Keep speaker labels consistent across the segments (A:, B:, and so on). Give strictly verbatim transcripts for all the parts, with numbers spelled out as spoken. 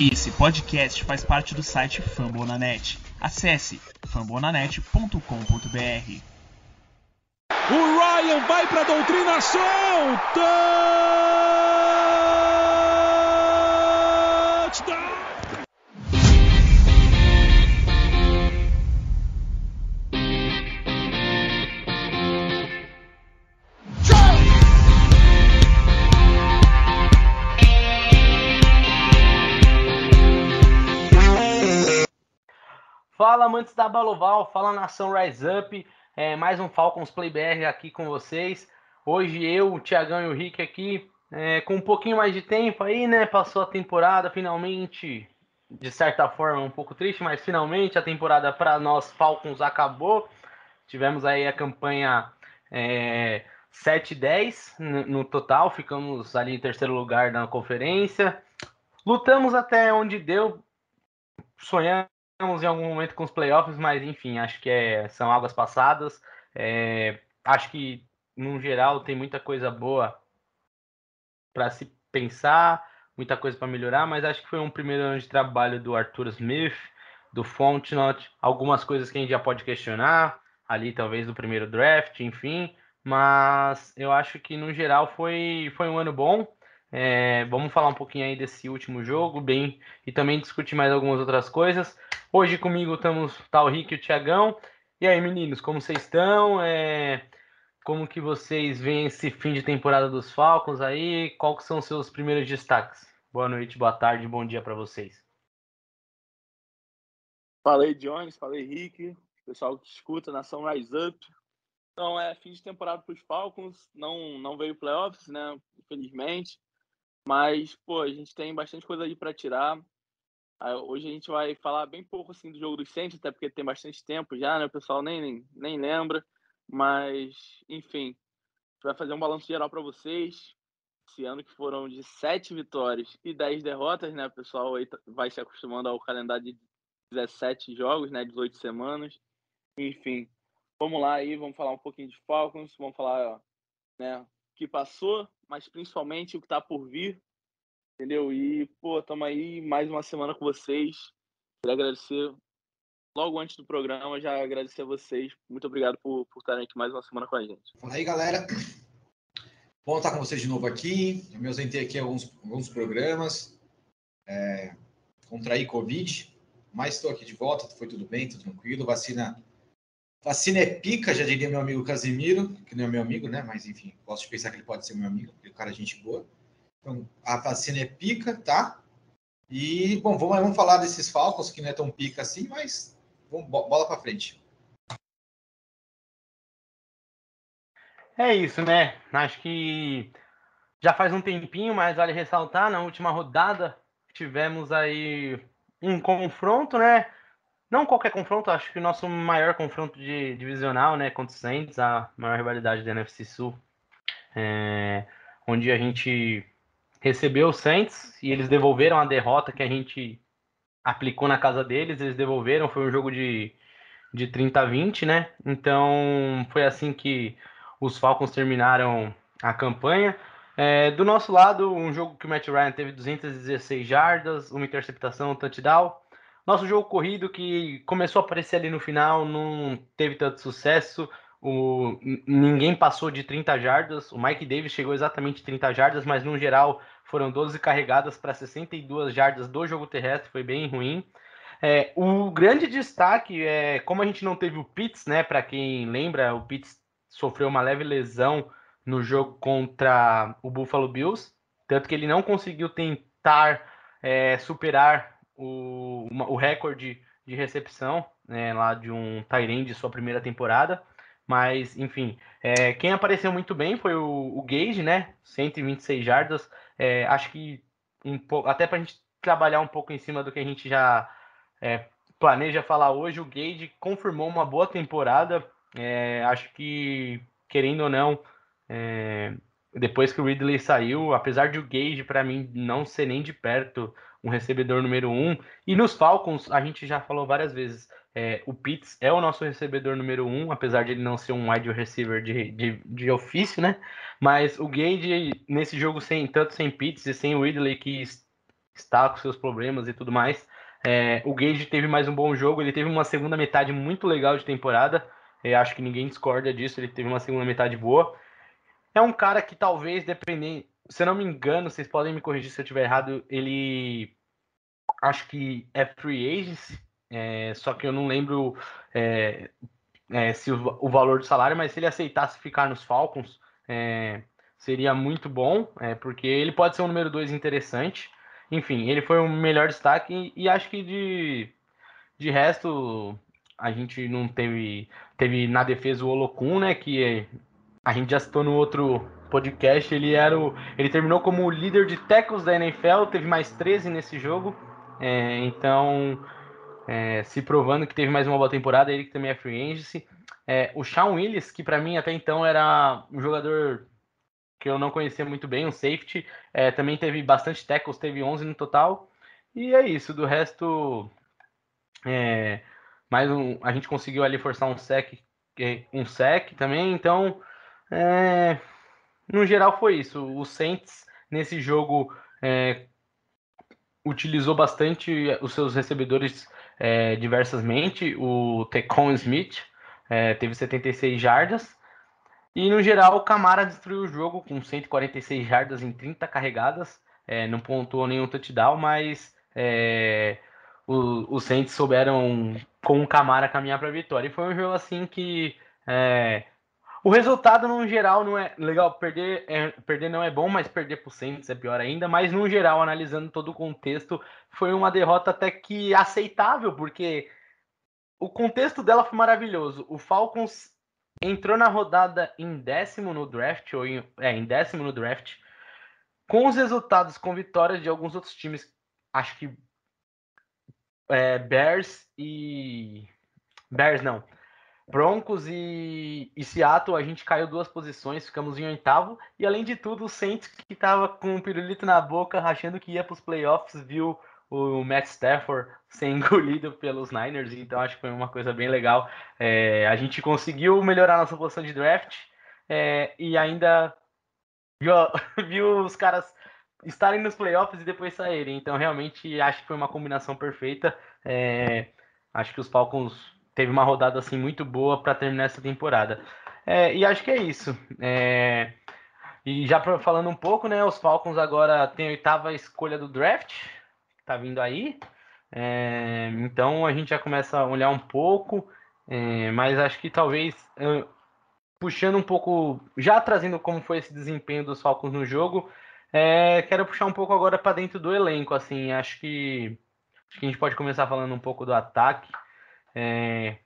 A: Esse podcast faz parte do site Fambonanet. Acesse fambonanet ponto com ponto b r.
B: O Ryan vai para a doutrinação! Touchdown!
C: Fala, amantes da Baloval, fala nação Rise Up, é, mais um Falcons Play B R aqui com vocês. Hoje eu, o Thiagão e o Rick aqui, é, com um pouquinho mais de tempo aí, né? Passou a temporada, finalmente, de certa forma um pouco triste, mas finalmente a temporada para nós Falcons acabou. Tivemos aí a campanha é, sete dez no, no total, ficamos ali em terceiro lugar na conferência. Lutamos até onde deu, sonhamos em algum momento com os playoffs, mas enfim, acho que é, são águas passadas. É, acho que, no geral, tem muita coisa boa para se pensar, muita coisa para melhorar, mas acho que foi um primeiro ano de trabalho do Arthur Smith, do Fontenot, algumas coisas que a gente já pode questionar, ali talvez do primeiro draft, enfim, mas eu acho que, no geral, foi, foi um ano bom. É, vamos falar um pouquinho aí desse último jogo, bem, e também discutir mais algumas outras coisas. Hoje comigo estamos tá, o Rick e o Thiagão. E aí, meninos, como vocês estão? É, como que vocês veem esse fim de temporada dos Falcons aí? Qual que são os seus primeiros destaques? Boa noite, boa tarde, bom dia para vocês.
D: Falei, Jones, falei, Rick, pessoal que escuta, Nação Rise Up. Então, é fim de temporada para os Falcons, não, não veio playoffs, né, infelizmente. Mas, pô, a gente tem bastante coisa aí para tirar. Hoje a gente vai falar bem pouco assim do jogo dos Saints, até porque tem bastante tempo já, né? O pessoal nem, nem, nem lembra. Mas, enfim, a gente vai fazer um balanço geral para vocês. Esse ano que foram de sete vitórias e dez derrotas, né? O pessoal aí vai se acostumando ao calendário de dezessete jogos, né? dezoito semanas. Enfim, vamos lá aí, vamos falar um pouquinho de Falcons, vamos falar, né, o que passou, mas principalmente o que está por vir. Entendeu? E, pô, estamos aí mais uma semana com vocês. Queria agradecer, logo antes do programa, já agradecer a vocês. Muito obrigado por, por estarem aqui mais uma semana com a gente.
E: Fala aí, galera. Bom estar com vocês de novo aqui. Eu me ausentei aqui alguns, alguns programas. É, contraí Covid, mas estou aqui de volta. Foi tudo bem, tudo tranquilo. Vacina, vacina é pica, já diria meu amigo Casimiro, que não é meu amigo, né? Mas, enfim, posso pensar que ele pode ser meu amigo, porque o cara é gente boa. Então, a vacina é pica, tá? E, bom, vamos, vamos falar desses Falcons, que não é tão pica assim, mas vamos, bola pra frente.
C: É isso, né? Acho que já faz um tempinho, mas vale ressaltar, na última rodada tivemos aí um confronto, né? Não qualquer confronto, acho que o nosso maior confronto de divisional, né? Contra os Saints, a maior rivalidade da N F C Sul, é, onde a gente recebeu o Saints e eles devolveram a derrota que a gente aplicou na casa deles, eles devolveram, foi um jogo de, de trinta a vinte, né? Então foi assim que os Falcons terminaram a campanha. É, do nosso lado, um jogo que o Matt Ryan teve duzentas e dezesseis jardas, uma interceptação, um touchdown. Nosso jogo corrido, que começou a aparecer ali no final, não teve tanto sucesso. O, ninguém passou de trinta jardas. O Mike Davis chegou exatamente a trinta jardas, mas no geral foram doze carregadas para sessenta e duas jardas do jogo terrestre, foi bem ruim. É, o grande destaque é como a gente não teve o Pitts, né? Para quem lembra, o Pitts sofreu uma leve lesão no jogo contra o Buffalo Bills, tanto que ele não conseguiu tentar é, superar o, uma, o recorde de recepção, né, lá de um tight end de sua primeira temporada. Mas, enfim, é, quem apareceu muito bem foi o, o Gage, né? cento e vinte e seis jardas. É, acho que um pouco, até para a gente trabalhar um pouco em cima do que a gente já é, planeja falar hoje, o Gage confirmou uma boa temporada. É, acho que, querendo ou não, é, depois que o Ridley saiu, apesar de o Gage, para mim, não ser nem de perto um recebedor número um, e nos Falcons, a gente já falou várias vezes, é, o Pitts é o nosso recebedor número um, apesar de ele não ser um wide receiver de, de, de ofício, né? Mas o Gage, nesse jogo, sem, tanto sem Pitts e sem o Ridley, que está com seus problemas e tudo mais. É, o Gage teve mais um bom jogo, ele teve uma segunda metade muito legal de temporada, é, acho que ninguém discorda disso, ele teve uma segunda metade boa. É um cara que talvez, dependendo, se eu não me engano, vocês podem me corrigir se eu estiver errado, ele acho que é free agent, é, só que eu não lembro é, é, se o, o valor do salário, mas se ele aceitasse ficar nos Falcons, é, seria muito bom, é, porque ele pode ser um número dois interessante. Enfim, ele foi o melhor destaque e, e acho que de, de resto a gente não teve teve na defesa o Olokun, né, que a gente já citou no outro podcast, ele era o, ele terminou como o líder de tackles da N F L, teve mais treze nesse jogo, é, então é, se provando que teve mais uma boa temporada, ele que também é free agency. É, o Shawn Willis, que para mim até então era um jogador que eu não conhecia muito bem, um safety, é, também teve bastante tackles, teve onze no total. E é isso, do resto, é, mais um, a gente conseguiu ali forçar um sec, um sec também, então, é, no geral foi isso. O Saints, nesse jogo, é, utilizou bastante os seus recebedores é, diversamente. O Tecon Smith é, teve setenta e seis jardas. E no geral, o Camara destruiu o jogo com cento e quarenta e seis jardas em trinta carregadas. É, não pontuou nenhum touchdown, mas é, o, os Saints souberam com o Camara caminhar para a vitória. E foi um jogo assim que é, o resultado, no geral, não é legal. Perder, é, perder não é bom, mas perder pro Saints é pior ainda. Mas, no geral, analisando todo o contexto, foi uma derrota até que aceitável, porque o contexto dela foi maravilhoso. O Falcons entrou na rodada em décimo no draft, ou em, é, em décimo no draft, com os resultados, com vitórias de alguns outros times. Acho que é, Bears e... Bears não. Broncos e, e Seattle, a gente caiu duas posições, ficamos em oitavo. E além de tudo, o Saints, que estava com um pirulito na boca, achando que ia para os playoffs, viu o Matt Stafford ser engolido pelos Niners. Então acho que foi uma coisa bem legal. É, a gente conseguiu melhorar nossa posição de draft é, e ainda viu, viu os caras estarem nos playoffs e depois saírem. Então realmente acho que foi uma combinação perfeita. É, acho que os Falcons teve uma rodada assim muito boa para terminar essa temporada. É, e acho que é isso. É, e já pra, falando um pouco, né? Os Falcons agora têm a oitava escolha do draft, tá vindo aí. É, então a gente já começa a olhar um pouco, é, mas acho que talvez uh, puxando um pouco, já trazendo como foi esse desempenho dos Falcons no jogo, é, quero puxar um pouco agora para dentro do elenco. Assim, acho que, acho que a gente pode começar falando um pouco do ataque. É,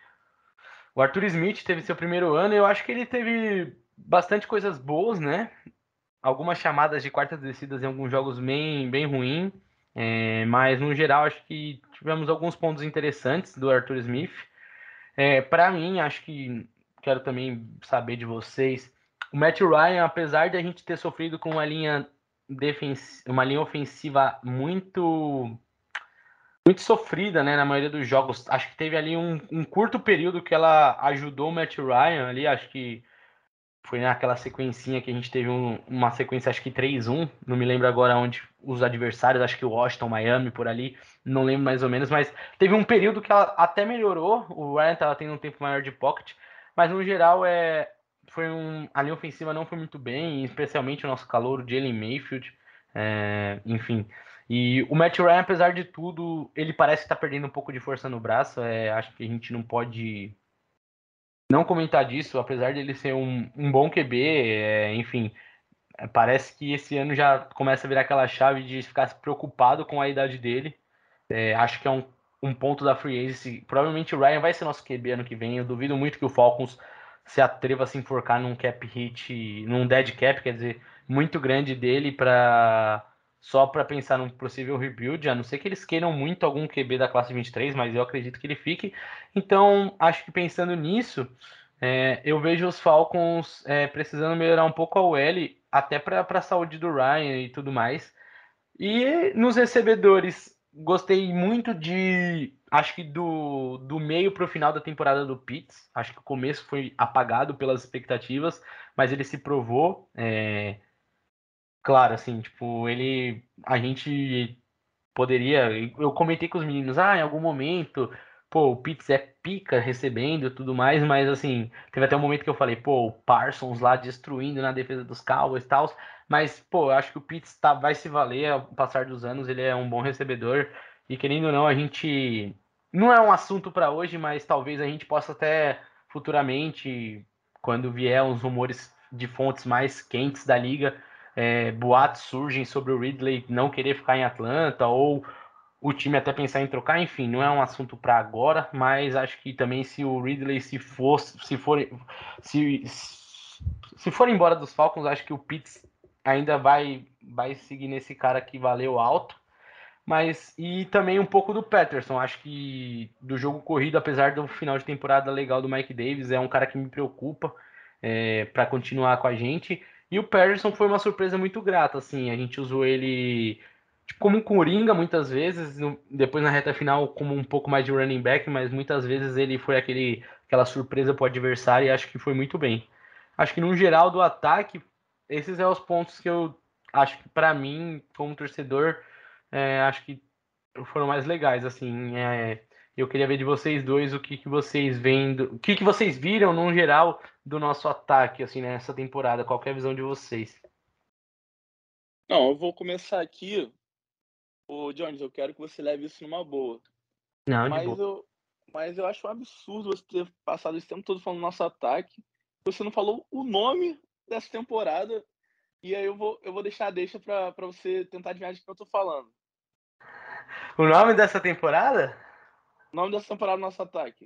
C: o Arthur Smith teve seu primeiro ano e eu acho que ele teve bastante coisas boas, né? Algumas chamadas de quartas descidas em alguns jogos bem, bem ruim, é, mas no geral acho que tivemos alguns pontos interessantes do Arthur Smith. É, para mim, acho que quero também saber de vocês. O Matt Ryan, apesar de a gente ter sofrido com uma linha defensiva, uma linha ofensiva muito muito sofrida, né, na maioria dos jogos. Acho que teve ali um, um curto período que ela ajudou o Matt Ryan ali, acho que foi naquela sequencinha que a gente teve um, uma sequência, acho que três um, não me lembro agora onde os adversários, acho que o Washington, Miami, por ali, não lembro mais ou menos, mas teve um período que ela até melhorou, o Ryan estava tendo um tempo maior de pocket, mas no geral é, foi um, a linha ofensiva não foi muito bem, especialmente o nosso calouro, Jalen Mayfield, é, enfim. E o Matt Ryan, apesar de tudo, ele parece estar tá perdendo um pouco de força no braço, é, acho que a gente não pode não comentar disso, apesar de ele ser um, um bom Q B, é, enfim, parece que esse ano já começa a virar aquela chave de ficar preocupado com a idade dele. É, acho que é um, um ponto da free agency. Provavelmente o Ryan vai ser nosso Q B ano que vem. Eu duvido muito que o Falcons se atreva a se enforcar num cap hit, num dead cap, quer dizer, muito grande dele para só para pensar num possível rebuild, a não ser que eles queiram muito algum Q B da classe vinte e três, mas eu acredito que ele fique. Então, acho que pensando nisso, é, eu vejo os Falcons é, precisando melhorar um pouco a O L, até para a saúde do Ryan e tudo mais. E nos recebedores, gostei muito de. Acho que do, do meio para o final da temporada do Pitts. Acho que o começo foi apagado pelas expectativas, mas ele se provou. É, claro, assim, tipo, ele. A gente poderia. Eu comentei com os meninos, ah, em algum momento, pô, o Pitts é pica recebendo e tudo mais, mas assim, teve até um momento que eu falei, pô, o Parsons lá destruindo na defesa dos Cowboys e tal, mas, pô, eu acho que o Pitts tá, vai se valer ao passar dos anos, ele é um bom recebedor, e querendo ou não, a gente. Não é um assunto para hoje, mas talvez a gente possa até futuramente, quando vier uns rumores de fontes mais quentes da liga, é, boatos surgem sobre o Ridley não querer ficar em Atlanta ou o time até pensar em trocar, enfim, não é um assunto para agora, mas acho que também se o Ridley se for se for se, se for embora dos Falcons, acho que o Pitts ainda vai vai seguir nesse cara que valeu alto. Mas e também um pouco do Patterson, acho que do jogo corrido, apesar do final de temporada legal do Mike Davis, é um cara que me preocupa é, para continuar com a gente. E o Patterson foi uma surpresa muito grata, assim, a gente usou ele tipo, como um coringa muitas vezes, no, depois na reta final como um pouco mais de running back, mas muitas vezes ele foi aquele, aquela surpresa para o adversário e acho que foi muito bem. Acho que no geral do ataque, esses são os pontos que eu acho que para mim, como torcedor, é, acho que foram mais legais, assim. É, eu queria ver de vocês dois o que, que vocês veem, do- o que, que vocês viram, no geral, do nosso ataque, assim, nessa temporada. Qual que é a visão de vocês?
D: Não, eu vou começar aqui. Ô, Jones, eu quero que você leve isso numa boa.
C: Não, de
D: Mas
C: boa.
D: eu, mas eu acho um absurdo você ter passado esse tempo todo falando do nosso ataque. Você não falou o nome dessa temporada. E aí eu vou, eu vou deixar a deixa pra, pra você tentar adivinhar de quem eu tô falando.
C: O nome dessa temporada?
D: O nome dessa temporada do nosso ataque.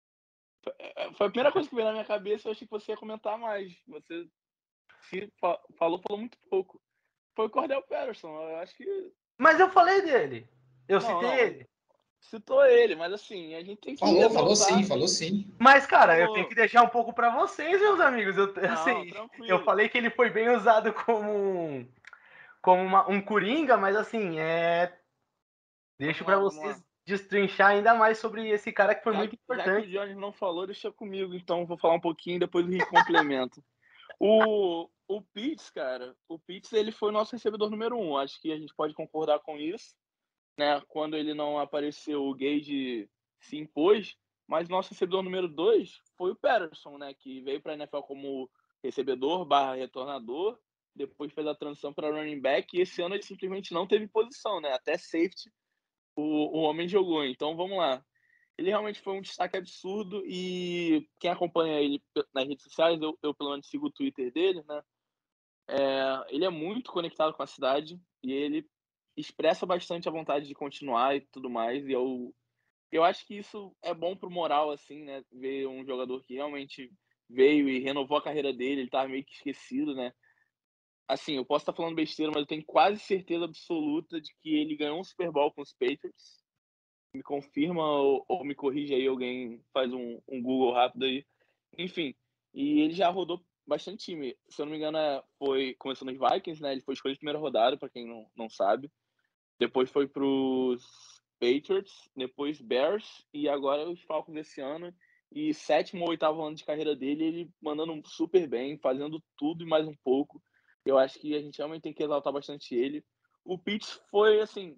D: É, Foi a primeira coisa que veio na minha cabeça e eu achei que você ia comentar mais. Você se fa- falou, falou muito pouco. Foi o Cordell Patterson. Eu acho que.
C: Mas eu falei dele. Eu
D: Não,
C: citei
D: não.
C: ele.
D: Citou ele, mas assim, a gente tem que
E: Falou, falou sim,
D: exaltar.
E: falou sim.
C: Mas, cara, eu tenho
D: Falou.
C: que deixar um pouco pra vocês, meus amigos. Eu,
D: Não,
C: assim, eu
D: tranquilo.
C: falei que ele foi bem usado como um, como uma- um coringa, mas assim, é, deixo
D: Vamos
C: pra
D: lá, vamos
C: vocês
D: lá.
C: destrinchar ainda mais sobre esse cara que foi
D: Já,
C: muito
D: já que o
C: importante.
D: Jones não falou, deixa comigo, então eu vou falar um pouquinho e depois o Rick complementa. O, o Pitts, cara, o Pitts ele foi o nosso recebedor número um. Acho que a gente pode concordar com isso, né? Quando ele não apareceu, o Gage se impôs, mas nosso recebedor número dois foi o Patterson, né? Que veio para a N F L como recebedor barra retornador, depois fez a transição para running back e esse ano ele simplesmente não teve posição, né? Até safety o, o homem jogou. Então vamos lá. Ele realmente foi um destaque absurdo e quem acompanha ele nas redes sociais, eu, eu pelo menos sigo o Twitter dele, né? É, ele é muito conectado com a cidade e ele expressa bastante a vontade de continuar e tudo mais. E eu, eu acho que isso é bom pro moral, assim, né? Ver um jogador que realmente veio e renovou a carreira dele, ele tava meio que esquecido, né? Assim, eu posso estar falando besteira, mas eu tenho quase certeza absoluta de que ele ganhou um Super Bowl com os Patriots. Me confirma ou, ou me corrige aí, alguém faz um, um Google rápido aí. Enfim, e ele já rodou bastante time. Se eu não me engano, é, foi começou nos Vikings, né? Ele foi escolhido de primeira rodada, para quem não, não sabe. Depois foi pros Patriots, depois Bears e agora os Falcons esse ano. E sétimo ou oitavo ano de carreira dele, ele mandando super bem, fazendo tudo e mais um pouco. Eu acho que a gente realmente tem que exaltar bastante ele. O Pitts foi, assim,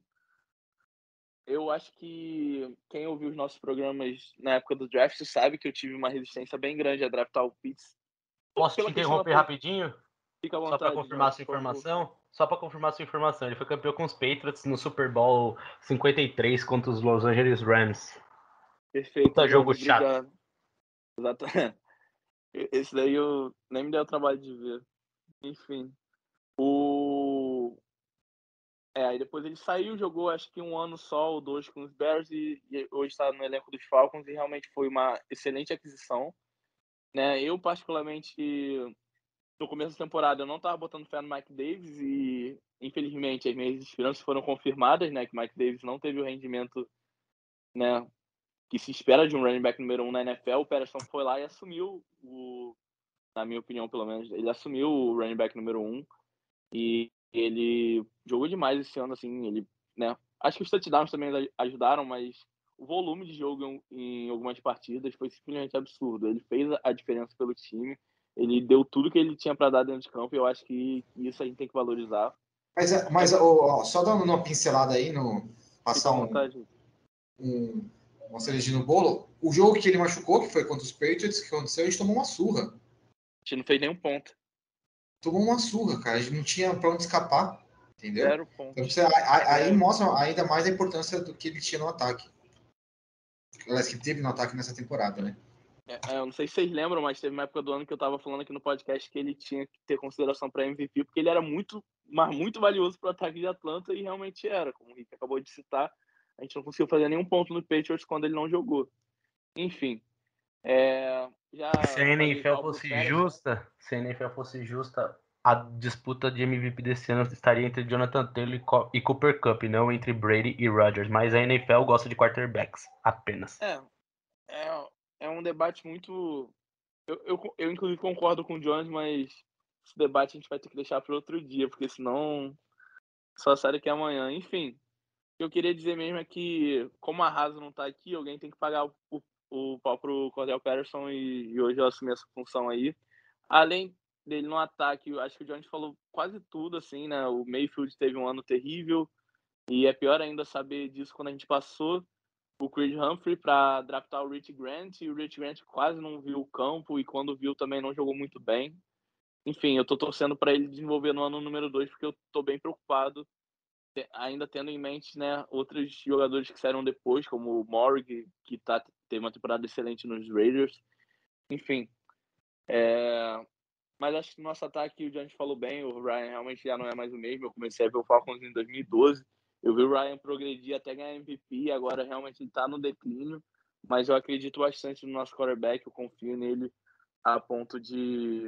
D: eu acho que quem ouviu os nossos programas na época do draft sabe que eu tive uma resistência bem grande a draftar o Pitts.
C: Posso te
D: Pela questão da
C: interromper
D: posição.
C: rapidinho?
D: Fica à
C: Só para
D: vontade,
C: confirmar
D: Jones,
C: sua
D: por favor.
C: informação? Só para confirmar sua informação, ele foi campeão com os Patriots no Super Bowl cinquenta e três contra os Los Angeles Rams.
D: Perfeito,
C: Puta jogo
D: Jones,
C: chato.
D: obrigado. Exatamente. Esse daí eu nem me deu o trabalho de ver. Enfim. O... É, aí depois ele saiu, jogou acho que um ano só ou dois com os Bears e, e hoje está no elenco dos Falcons e realmente foi uma excelente aquisição. Né? Eu, particularmente, no começo da temporada eu não estava botando fé no Mike Davis e infelizmente as minhas esperanças foram confirmadas, né, que o Mike Davis não teve o rendimento, né, que se espera de um running back número um na N F L. O Patterson foi lá e assumiu o, na minha opinião pelo menos, ele assumiu o running back número um e ele jogou demais esse ano, assim, ele, né, acho que os touchdowns também ajudaram, mas o volume de jogo em algumas partidas foi simplesmente absurdo. Ele fez a diferença pelo time. Ele deu tudo que ele tinha para dar dentro de campo e eu acho que isso a gente tem que valorizar.
E: Mas, mas ó, só dando uma pincelada aí, no, passar um, um, uma cerejinha no bolo, o jogo que ele machucou, que foi contra os Patriots, que aconteceu, a gente tomou uma surra.
D: A gente não fez nenhum ponto.
E: Tomou uma surra, cara. A gente não tinha pra onde escapar, entendeu?
D: Zero ponto.
E: Então, você, aí, aí mostra ainda mais a importância do que ele tinha no ataque. Aliás, que teve no ataque nessa temporada, né?
D: É, eu não sei se vocês lembram, mas teve uma época do ano que eu tava falando aqui no podcast que ele tinha que ter consideração para M V P, porque ele era muito, mas muito valioso pro ataque de Atlanta, e realmente era, como o Rick acabou de citar. A gente não conseguiu fazer nenhum ponto no Patriots quando ele não jogou. Enfim, é, já
C: se a N F L fosse
D: Pérez,
C: justa, se a N F L fosse justa, a disputa de M V P desse ano estaria entre Jonathan Taylor e Cooper Kupp, não entre Brady e Rodgers. Mas a N F L gosta de quarterbacks, apenas.
D: É, é, é um debate muito... Eu, eu, eu, inclusive, concordo com o Jones, mas esse debate a gente vai ter que deixar para outro dia, porque senão só sai daqui amanhã. Enfim, o que eu queria dizer mesmo é que, como a Haas não tá aqui, alguém tem que pagar o, o, o pau pro Cordell Patterson, e, e hoje eu assumi essa função aí. Além dele no ataque, eu acho que o Jones falou quase tudo, assim, né? O Mayfield teve um ano terrível, e é pior ainda saber disso quando a gente passou o Creed Humphrey para draftar o Rich Grant, e o Rich Grant quase não viu o campo, e quando viu também não jogou muito bem. Enfim, eu tô torcendo para ele desenvolver no ano número dois, porque eu tô bem preocupado, ainda tendo em mente, né, outros jogadores que saíram depois, como o Morrig, que tá, teve uma temporada excelente nos Raiders. Enfim, é... mas acho que no nosso ataque, o Jones falou bem, o Ryan realmente já não é mais o mesmo. Eu comecei a ver o Falcons em dois mil e doze, eu vi o Ryan progredir até ganhar M V P, agora realmente ele tá no declínio, mas eu acredito bastante no nosso quarterback, eu confio nele a ponto de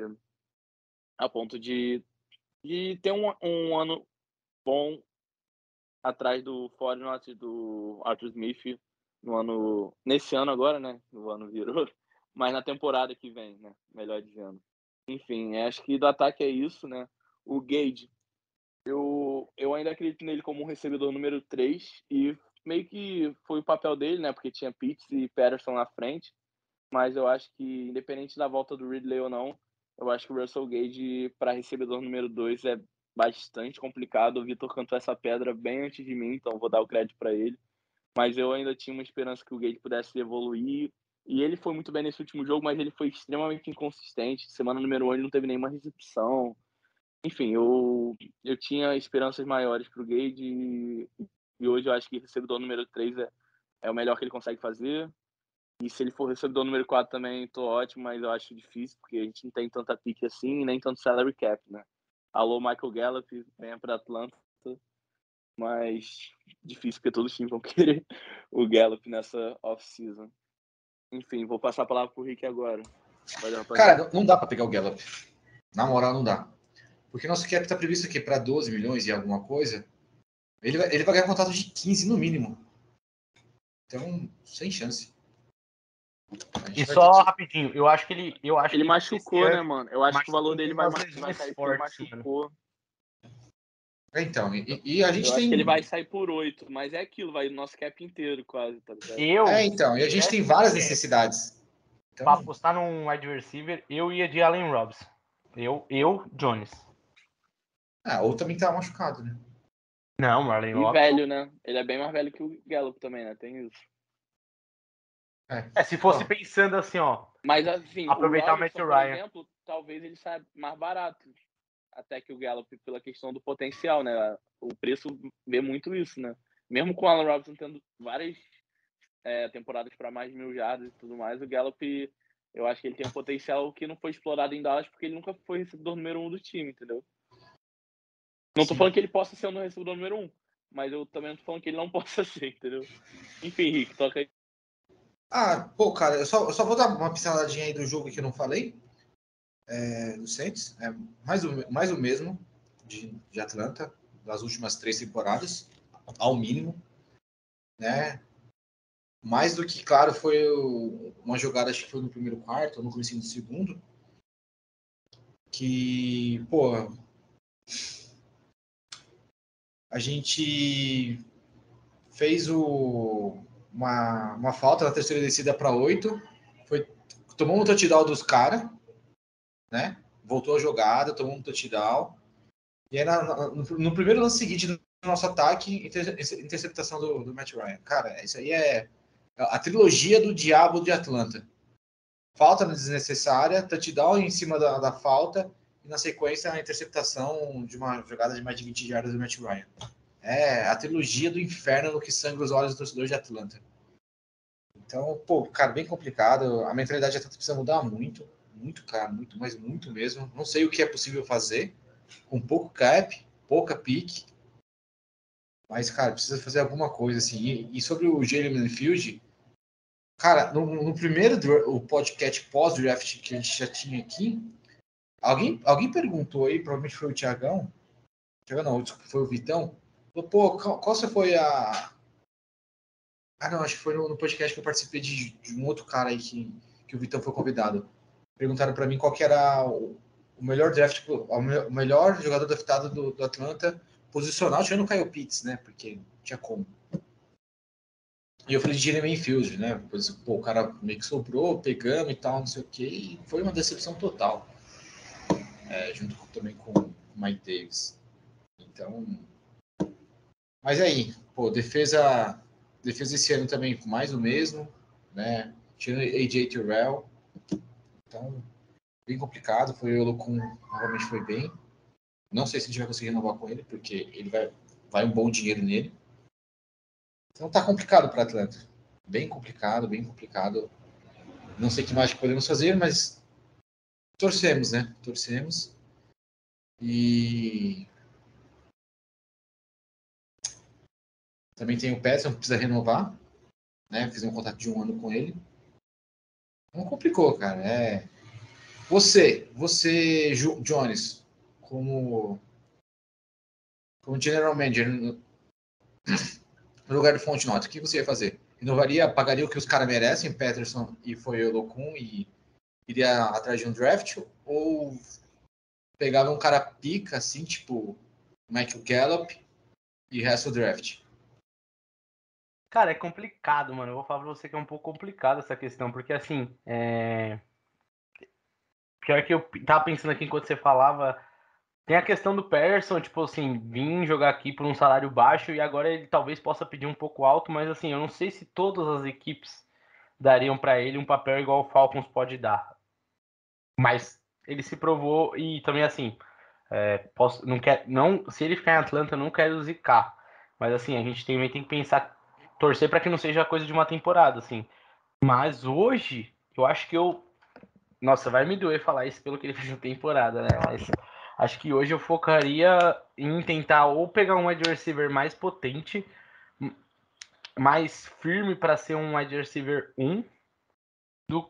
D: a ponto de, de ter um, um ano bom atrás do Fournette, do Arthur Smith no ano, nesse ano agora, né? O ano virou, mas na temporada que vem, né? Melhor dizendo. Enfim, acho que do ataque é isso, né? O Gage, eu, eu ainda acredito nele como um recebedor número três, e meio que foi o papel dele, né? Porque tinha Pitts e Patterson na frente, mas eu acho que, independente da volta do Ridley ou não, eu acho que o Russell Gage para recebedor número dois é bastante complicado. O Vitor cantou essa pedra bem antes de mim, então vou dar o crédito para ele. Mas eu ainda tinha uma esperança que o Gage pudesse evoluir. E ele foi muito bem nesse último jogo, mas ele foi extremamente inconsistente. Semana número um ele não teve nenhuma recepção. Enfim, eu, eu tinha esperanças maiores para o Gage, e, e hoje eu acho que recebedor número três é, é o melhor que ele consegue fazer. E se ele for recebedor número quatro também, tô ótimo, mas eu acho difícil, porque a gente não tem tanta pique assim, nem tanto salary cap, né? Alô, Michael Gallup, venha para Atlanta, mas difícil, porque todos os times vão querer o Gallup nessa off-season. Enfim, vou passar a palavra pro Rick agora.
E: Valeu, cara, não dá para pegar o Gallup. Na moral, não dá. Porque nosso cap tá previsto aqui para doze milhões e alguma coisa. Ele vai, ele vai ganhar um contrato de quinze no mínimo. Então, sem chance.
C: E só rapidinho, eu acho que ele. Eu acho
D: ele
C: que
D: machucou, né, mano? Eu acho que o valor dele vai, vai cair porque ele machucou.
C: Mano.
E: Então, e, e a gente
D: eu
E: tem...
D: acho que ele vai sair por oito, mas é aquilo, vai o nosso cap inteiro quase, tá ligado?
C: Eu,
E: é, então, e a gente tem várias necessidades.
C: Então... Pra apostar num wide receiver, eu ia de Allen Robinson. Eu, eu, Jones.
E: Ah, ou também tá machucado, né?
C: Não, Marlon
D: E
C: Robinson...
D: velho, né? Ele é bem mais velho que o Gallup também, né? Tem isso.
C: É, é se fosse Bom, pensando assim, ó.
D: Mas assim,
C: aproveitar
D: o Robinson,
C: o
D: por
C: Ryan.
D: exemplo, talvez ele saia mais barato até que o Gallup, pela questão do potencial, né? O preço vê muito isso, né? Mesmo com o Allen Robinson tendo várias é, temporadas para mais de mil jardas e tudo mais, o Gallup, eu acho que ele tem um potencial que não foi explorado em Dallas, porque ele nunca foi recebedor número um do time, entendeu? Não tô Sim. falando que ele possa ser o recebedor número um, mas eu também não tô falando que ele não possa ser, entendeu? Enfim, Rick, toca aí.
E: Ah, pô, cara, eu só, eu só vou dar uma pinceladinha aí do jogo que eu não falei, é, do Saints. É mais o, mais o mesmo de, de Atlanta, das últimas três temporadas, ao mínimo, né? Mais do que, claro, foi o, uma jogada, acho que foi no primeiro quarto, ou no começo do segundo, que, pô, a gente fez o, uma, uma falta na terceira descida para oito, foi, tomou um touchdown dos caras, né? Voltou a jogada, tomou um touchdown, E aí, na, na, no, no primeiro lance seguinte do nosso ataque, inter, interceptação do, do Matt Ryan. Cara, isso aí é a trilogia do diabo de Atlanta. Falta desnecessária, touchdown em cima da, da falta, e na sequência a interceptação de uma jogada de mais de vinte jardas do Matt Ryan. É a trilogia do inferno no que sangra os olhos do torcedor de Atlanta. Então, pô, cara, bem complicado. A mentalidade de Atlanta precisa mudar muito, muito, cara, muito, mas muito mesmo. Não sei o que é possível fazer com pouco cap, pouca pique, mas, cara, precisa fazer alguma coisa, assim. E, e sobre o Jalen Field, cara, no, no primeiro o podcast pós-draft que a gente já tinha aqui, alguém, alguém perguntou aí, provavelmente foi o Thiagão, Thiagão não, desculpa, foi o Vitão, falou, pô, qual, qual foi a... Ah, não, acho que foi no, no podcast que eu participei de, de um outro cara aí que, que o Vitão foi convidado. Perguntaram para mim qual que era o, o melhor draft, o melhor jogador draftado do, do Atlanta, posicional, tirando o Kyle Pitts, né? Porque não tinha como. E eu falei de Jeremy Field, né? Pois, pô, o cara meio que sobrou, pegamos e tal, não sei o quê, e foi uma decepção total. É, junto com, também com o Mike Davis. Então. Mas aí, pô, defesa. Defesa esse ano também mais o mesmo, né? Tirando A J Terrell. Então, bem complicado. Foi o Olokun, novamente foi bem. Não sei se a gente vai conseguir renovar com ele, porque ele vai, vai um bom dinheiro nele. Então tá complicado para Atlanta. Bem complicado, bem complicado. Não sei o que mais podemos fazer, mas torcemos, né? Torcemos. E também tem o Petson, que precisa renovar, né? Fiz um contrato de um ano com ele. Não complicou, cara. É... Você, você, Jones, como, como general manager no, no lugar do Fontenot, o que você ia fazer? Renovaria, pagaria o que os caras merecem, Peterson e foi o Olokun, e iria atrás de um draft? Ou pegava um cara pica, assim, tipo Michael Gallup, e resto do draft?
C: Cara, é complicado, mano. Eu vou falar pra você que é um pouco complicado essa questão, porque assim, é... pior que eu tava pensando aqui enquanto você falava, tem a questão do Patterson, tipo assim, vir jogar aqui por um salário baixo e agora ele talvez possa pedir um pouco alto, mas assim, eu não sei se todas as equipes dariam pra ele um papel igual o Falcons pode dar. Mas ele se provou e também assim, é, posso, não quer, não, se ele ficar em Atlanta, eu não quero zicar. Mas assim, a gente também tem que pensar, torcer para que não seja coisa de uma temporada, assim. Mas hoje, eu acho que eu, nossa, vai me doer falar isso pelo que ele fez na temporada, né? Mas acho que hoje eu focaria em tentar ou pegar um wide receiver mais potente, mais firme para ser um wide receiver um, do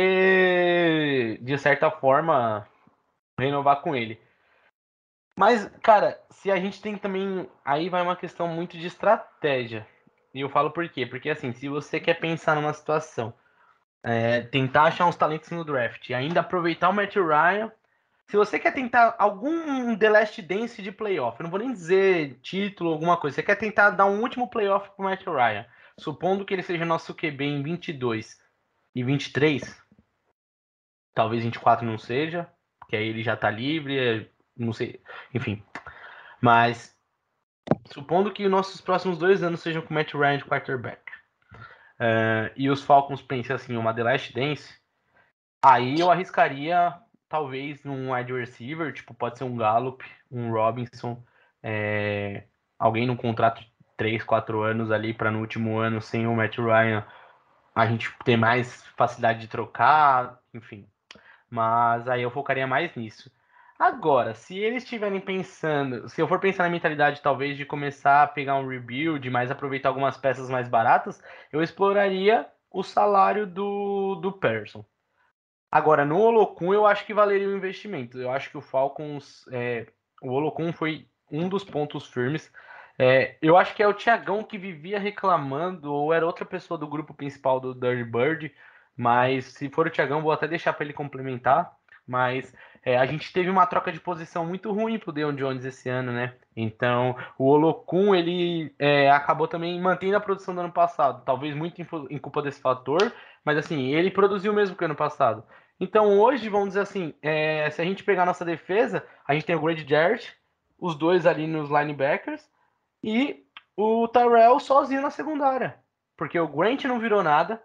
C: que de certa forma renovar com ele. Mas, cara, se a gente tem também. Aí vai uma questão muito de estratégia. E eu falo por quê? Porque, assim, se você quer pensar numa situação, é, tentar achar uns talentos no draft e ainda aproveitar o Matt Ryan. Se você quer tentar algum The Last Dance de playoff, eu não vou nem dizer título, alguma coisa. Você quer tentar dar um último playoff pro Matt Ryan, supondo que ele seja nosso Q B em vinte e dois e vinte e três, talvez vinte e quatro não seja, porque aí ele já tá livre, não sei, enfim. Mas supondo que os nossos próximos dois anos sejam com o Matt Ryan de quarterback, uh, e os Falcons pensem assim, uma The Last Dance, aí eu arriscaria talvez num wide receiver, tipo, pode ser um Gallup, um Robinson, é, alguém num contrato de três, quatro anos ali, para no último ano, sem o Matt Ryan, a gente ter mais facilidade de trocar, enfim. Mas aí eu focaria mais nisso. Agora, se eles estiverem pensando, se eu for pensar na mentalidade talvez de começar a pegar um rebuild, mais aproveitar algumas peças mais baratas, eu exploraria o salário do, do Patterson. Agora, no Olokun eu acho que valeria o investimento. Eu acho que o Falcons, é, o Olokun foi um dos pontos firmes. É, eu acho que é o Thiagão que vivia reclamando, ou era outra pessoa do grupo principal do Dirty Bird, mas se for o Thiagão, vou até deixar para ele complementar. Mas é, a gente teve uma troca de posição muito ruim pro Deion Jones esse ano, né? Então, o Olokun, ele é, acabou também mantendo a produção do ano passado. Talvez muito em, em culpa desse fator, mas assim, ele produziu mesmo que o ano passado. Então hoje, vamos dizer assim, é, se a gente pegar a nossa defesa, a gente tem o Grady Jarrett, os dois ali nos linebackers e o Tyrell sozinho na secundária. Porque o Grant não virou nada.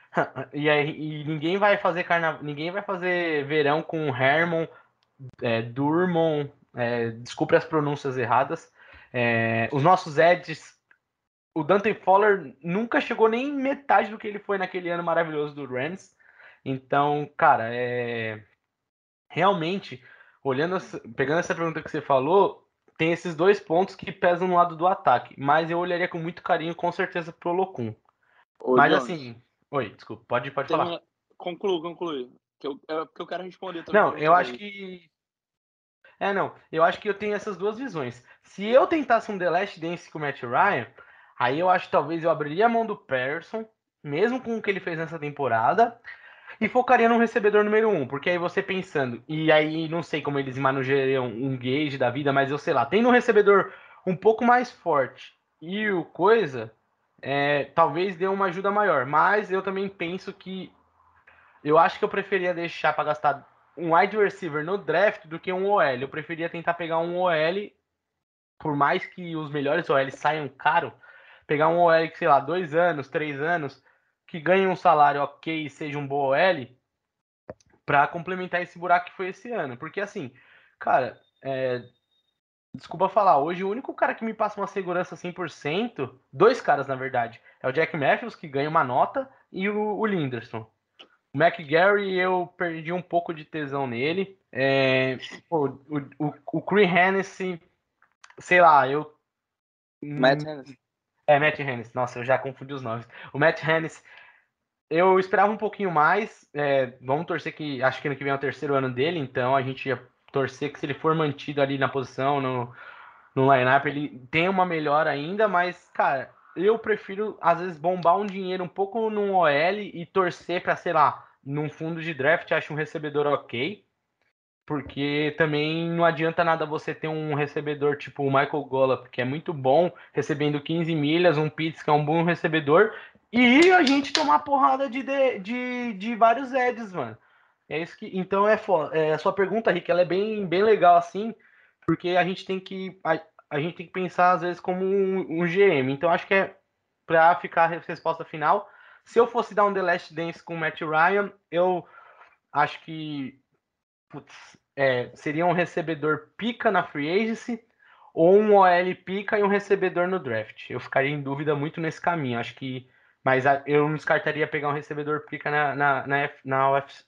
C: E, aí, e ninguém vai fazer carna... ninguém vai fazer verão com Herman, é, Durmon, é, desculpe as pronúncias erradas. É, os nossos Eds, o Dante Fowler nunca chegou nem metade do que ele foi naquele ano maravilhoso do Rams. Então, cara, é realmente olhando, essa... pegando essa pergunta que você falou, tem esses dois pontos que pesam no lado do ataque, mas eu olharia com muito carinho, com certeza, pro Olokun.
D: Ô,
C: Mas
D: Jones,
C: assim, oi, desculpa, pode, pode falar.
D: termina... conclui, conclui. Que eu, é porque eu quero responder também.
C: Não, eu acho que. É, não. Eu acho que eu tenho essas duas visões. Se eu tentasse um The Last Dance com o Matt Ryan, aí eu acho que talvez eu abriria a mão do Patterson, mesmo com o que ele fez nessa temporada, e focaria no recebedor número um. Porque aí você pensando, e aí não sei como eles manejariam um gauge da vida, mas eu sei lá, tendo um recebedor um pouco mais forte e o coisa, é, talvez dê uma ajuda maior. Mas eu também penso que eu acho que eu preferia deixar para gastar um wide receiver no draft do que um O L. Eu preferia tentar pegar um O L, por mais que os melhores O Ls saiam caro, pegar um O L que, sei lá, dois anos, três anos, que ganhe um salário ok e seja um bom O L, para complementar esse buraco que foi esse ano. Porque assim, cara, é, desculpa falar, hoje o único cara que me passa uma segurança cem por cento, dois caras na verdade, é o Jack Matthews, que ganha uma nota, e o, o Linderson. O McGarry, eu perdi um pouco de tesão nele. É, pô, o, o, o Cree Hennessy, sei lá, eu.
D: Matt Hennessy.
C: É, Matt Hennessy, nossa, eu já confundi os nomes. O Matt Hennessy, eu esperava um pouquinho mais. É, vamos torcer que. Acho que ano que vem é o terceiro ano dele, então a gente ia torcer que se ele for mantido ali na posição, no, no line-up, ele tenha uma melhora ainda, mas, cara, eu prefiro, às vezes, bombar um dinheiro um pouco num O L e torcer pra, sei lá, num fundo de draft, acho um recebedor ok, porque também não adianta nada você ter um recebedor tipo o Michael Gallup, que é muito bom, recebendo quinze milhas, um Pitts, que é um bom recebedor, e a gente tomar porrada de, de, de, de vários Eds, mano. É isso que. Então é foda. É, a sua pergunta, Rick, ela é bem, bem legal assim, porque a gente tem que. A, a gente tem que pensar, às vezes, como um, um G M. Então acho que é pra ficar a resposta final. Se eu fosse dar um The Last Dance com o Matt Ryan, eu acho que putz, é, seria um recebedor pica na free agency ou um O L pica e um recebedor no draft. Eu ficaria em dúvida muito nesse caminho. Acho que, mas eu não descartaria pegar um recebedor pica na na na, F, na, Uf,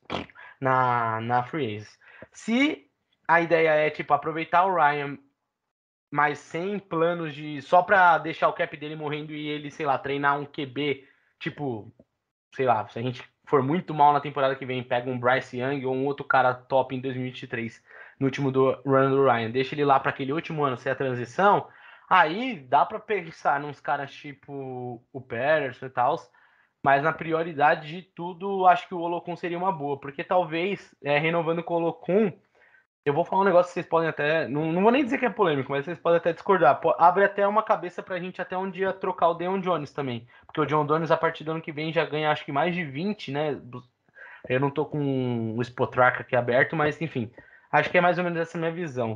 C: na, na free agency. Se a ideia é tipo aproveitar o Ryan, mas sem planos de só para deixar o cap dele morrendo e ele, sei lá, treinar um Q B, tipo, sei lá, se a gente for muito mal na temporada que vem, pega um Bryce Young ou um outro cara top em dois mil e vinte e três, no último do run do Ryan, deixa ele lá para aquele último ano ser a transição, aí dá para pensar nos caras tipo o Patterson e tal, mas na prioridade de tudo, acho que o Olokun seria uma boa, porque talvez, é, renovando com o Olokun, eu vou falar um negócio que vocês podem até. Não, não vou nem dizer que é polêmico, mas vocês podem até discordar. Pô, abre até uma cabeça pra gente até um dia trocar o Deion Jones também. Porque o John Jones, a partir do ano que vem, já ganha acho que mais de vinte, né? Eu não tô com o Spotrack aqui aberto, mas enfim. Acho que é mais ou menos essa minha visão.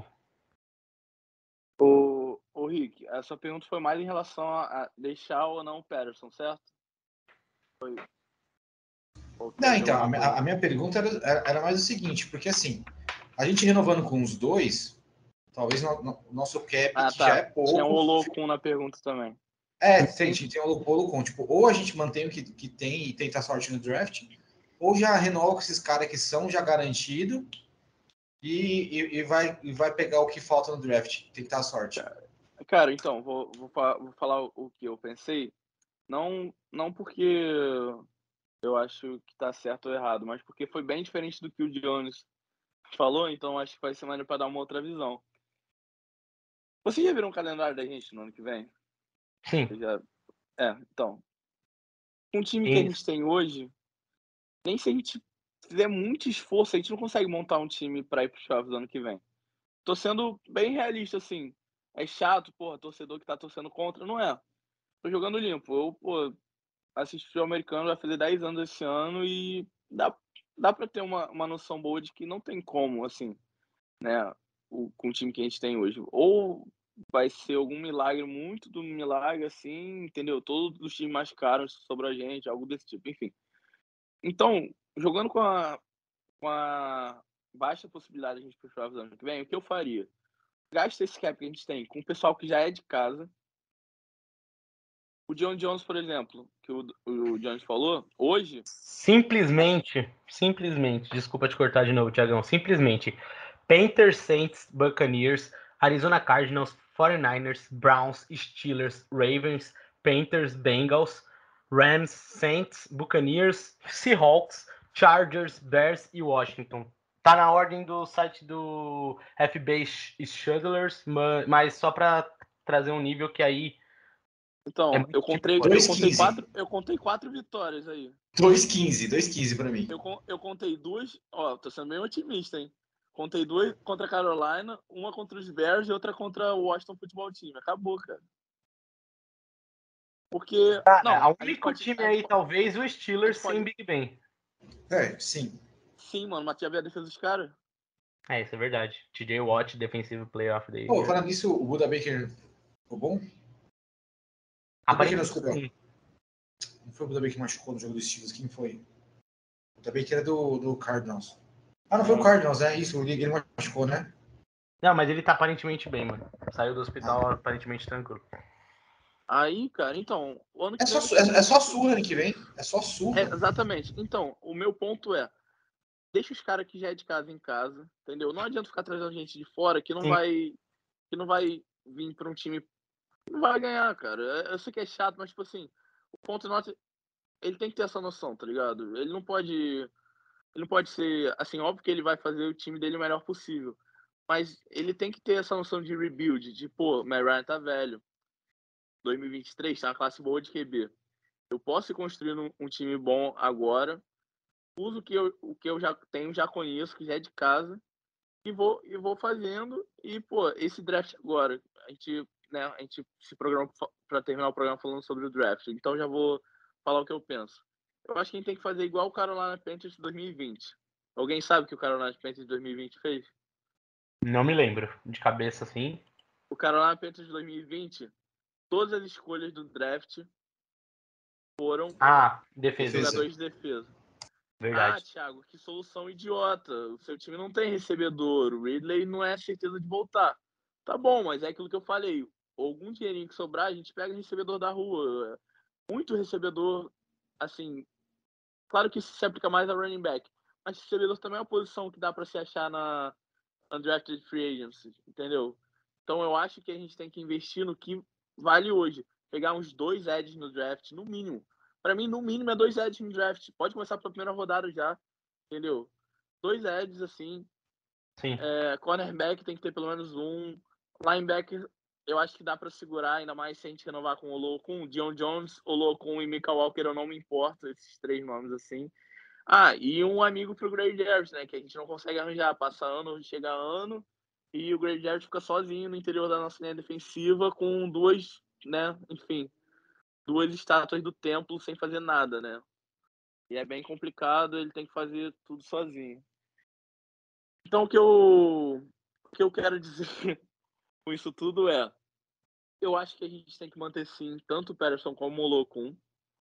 D: Ô, ô Rick, a sua pergunta foi mais em relação a, a deixar ou não o Patterson, certo? Foi.
E: Não, então, a, a minha pergunta era, era mais o seguinte, porque assim, a gente renovando com os dois, talvez o no, no, nosso cap
D: ah,
E: que
D: tá.
E: já é pouco.
D: Tinha um Olokun na pergunta também.
E: É, tem, tem o Olokun, tipo, ou a gente mantém o que, que tem e tenta a sorte no draft, ou já renova com esses caras que são já garantidos e, e, e, vai, e vai pegar o que falta no draft, tentar a sorte.
D: Cara, então, vou, vou, vou falar o que eu pensei. Não, não porque eu acho que tá certo ou errado, mas porque foi bem diferente do que o Jones falou, então acho que vai ser maneiro para dar uma outra visão. Vocês já viram o calendário da gente no ano que vem?
C: Sim.
D: Já... É, então. Com o time que a gente tem hoje, nem se a gente fizer muito esforço, a gente não consegue montar um time para ir pro playoffs no ano que vem. Tô sendo bem realista, assim. É chato, porra, torcedor que tá torcendo contra, não é. Tô jogando limpo. Eu, pô, assisti futebol americano, vai fazer dez anos esse ano e dá, dá pra ter uma, uma noção boa de que não tem como, assim, né? o, com o time que a gente tem hoje. Ou vai ser algum milagre, muito do milagre, assim, entendeu? Todos os times mais caros sobre a gente, algo desse tipo, enfim. Então, jogando com a, com a baixa possibilidade de a gente ir para os ano que vem, o que eu faria? Gasta esse cap que a gente tem com o pessoal que já é de casa. O John Jones, por exemplo, que o, o Jones falou, hoje...
C: Simplesmente, simplesmente, desculpa te cortar de novo, Thiagão, simplesmente, Panthers, Saints, Buccaneers, Arizona Cardinals, forty-niners, Browns, Steelers, Ravens, Panthers, Bengals, Rams, Saints, Buccaneers, Seahawks, Chargers, Bears e Washington. Tá na ordem do site do F B Strugglers, mas só para trazer um nível que aí...
D: Então,
C: é
D: eu contei,
E: dois
D: eu contei
E: quinze.
D: quatro, eu contei quatro vitórias aí.
E: dois quinze, dois quinze pra mim.
D: Eu, eu contei duas, ó, tô sendo bem otimista, hein? Contei duas contra a Carolina, uma contra os Bears e outra contra o Washington Football Team. Acabou, cara. Porque, não,
C: o único
D: pode,
C: time aí, pode, talvez, o Steelers
D: pode...
C: sem Big Ben.
E: É, sim.
D: Sim, mano, mas já viu a defesa dos caras?
C: É, isso é verdade. T J Watt, defensivo playoff daí.
E: Pô, falando nisso, o Buda Baker ficou bom?
C: Aparentemente,
E: não, não foi o Buda Baker que machucou no jogo dos Steelers, quem foi? O Buda Baker era do, do Cardinals. Ah, não foi o Cardinals, é isso, ele machucou, né?
C: Não, mas ele tá aparentemente bem, mano. Saiu do hospital ah. aparentemente tranquilo.
D: Aí, cara, então, o ano que
E: é
D: vem...
E: Só, é, é só surra ano que vem. É só surra.
D: É, exatamente. Então, o meu ponto é, deixa os caras que já é de casa em casa, entendeu? Não adianta ficar trazendo gente de fora que não Sim. vai que não vai vir para um time que não vai ganhar, cara. Eu sei que é chato, mas tipo assim, o ponto nosso, ele tem que ter essa noção, tá ligado? Ele não pode ele não pode ser, assim, óbvio que ele vai fazer o time dele o melhor possível, mas ele tem que ter essa noção de rebuild, de, pô, o Matt Ryan tá velho. dois mil e vinte e três tá uma classe boa de Q B. Eu posso ir construindo um time bom agora, uso o que eu, o que eu já tenho, já conheço, que já é de casa, e vou, e vou fazendo. E, pô, esse draft agora, a gente, né, a gente se programa para terminar o programa falando sobre o draft, então já vou falar o que eu penso. Eu acho que a gente tem que fazer igual o Carolina Panthers de dois mil e vinte. Alguém sabe o que o Carolina Panthers de dois mil e vinte fez?
C: Não me lembro, de cabeça assim.
D: O Carolina Panthers de dois mil e vinte, todas as escolhas do draft foram
C: ah, defesa.
D: jogadores de defesa.
C: Verdade.
D: Ah, Thiago, que solução idiota. O seu time não tem recebedor. O Ridley não é certeza de voltar. Tá bom, mas é aquilo que eu falei. Algum dinheirinho que sobrar, a gente pega recebedor da rua. Muito recebedor, assim... Claro que isso se aplica mais a running back. Mas recebedor também é uma posição que dá para se achar na undrafted free agency, entendeu? Então eu acho que a gente tem que investir no que vale hoje. Pegar uns dois edges no draft, no mínimo. Para mim, no mínimo, é dois edges no draft. Pode começar pela primeira rodada já, entendeu? Dois edges, assim.
C: Sim.
D: É, cornerback tem que ter pelo menos um. Linebacker, eu acho que dá para segurar, ainda mais se a gente renovar com o Olokun, o Dion Jones, Olokun e Mika Walker, eu não me importo, esses três nomes, assim. Ah, e um amigo pro Grady Jarrett, né? Que a gente não consegue arranjar. Passa ano, chega ano, e o Grady Jarrett fica sozinho no interior da nossa linha defensiva com duas, né? Enfim, duas estátuas do templo sem fazer nada, né? E é bem complicado, ele tem que fazer tudo sozinho. Então, o que eu, o que eu quero dizer com isso tudo é, eu acho que a gente tem que manter, sim, tanto o Patterson como o Olokun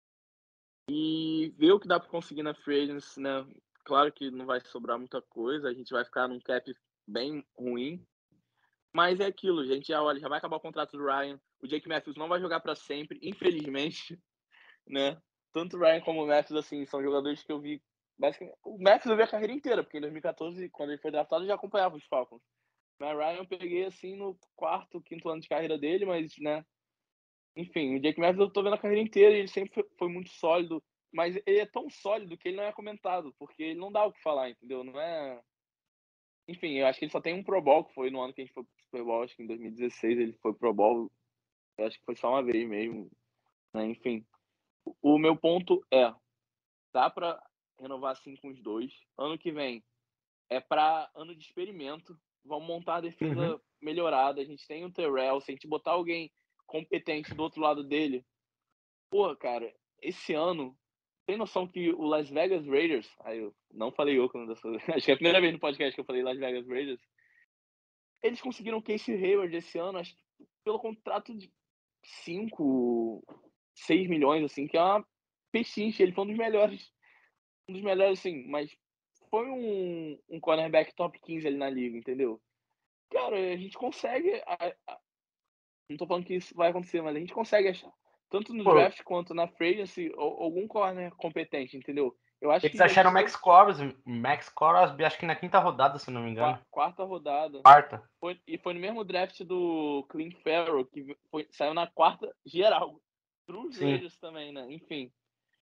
D: e ver o que dá para conseguir na free agency, né? Claro que não vai sobrar muita coisa, a gente vai ficar num cap bem ruim, mas é aquilo, a gente já olha, já vai acabar o contrato do Ryan, o Jake Matthews não vai jogar para sempre, infelizmente, né? Tanto o Ryan como o Matthews, assim, são jogadores que eu vi, basicamente, o Matthews eu vi a carreira inteira, porque em dois mil e quatorze, quando ele foi draftado, eu já acompanhava os Falcons. O Ryan eu peguei, assim, no quarto, quinto ano de carreira dele, mas, né, enfim, o Jake Matthews eu tô vendo a carreira inteira e ele sempre foi, foi muito sólido, mas ele é tão sólido que ele não é comentado, porque ele não dá o que falar, entendeu? Não é... Enfim, eu acho que ele só tem um Pro Bowl, que foi no ano que a gente foi pro Super Bowl, acho que em dois mil e dezesseis ele foi Pro Bowl, eu acho que foi só uma vez mesmo, né? Enfim. O meu ponto é, dá pra renovar assim com os dois. Ano que vem é pra ano de experimento, vamos montar a defesa uhum. melhorada, a gente tem o Terrell, se a gente botar alguém competente do outro lado dele, porra, cara, esse ano, tem noção que o Las Vegas Raiders, aí eu não falei Oakland dessa vez, acho que é a primeira vez no podcast que eu falei Las Vegas Raiders, eles conseguiram o Casey Hayward esse ano, acho que pelo contrato de cinco, seis milhões, assim, que é uma pechincha. Ele foi um dos melhores, um dos melhores, assim, mas foi um, um cornerback top quinze ali na liga, entendeu? Cara, a gente consegue. A, a, não tô falando que isso vai acontecer, mas a gente consegue achar, tanto no
C: Pô,
D: draft quanto na free agency, algum corner competente, entendeu? Eu acho
C: eles
D: que a
C: acharam o
D: gente
C: Max
D: teve
C: Crosby, Max Crosby, acho que na quinta rodada, se não me engano.
D: qua- quarta rodada.
C: Quarta.
D: Foi, e foi no mesmo draft do Clint Farrell, que foi, saiu na quarta geral. Pros
C: Sim.
D: Raiders também, né? Enfim.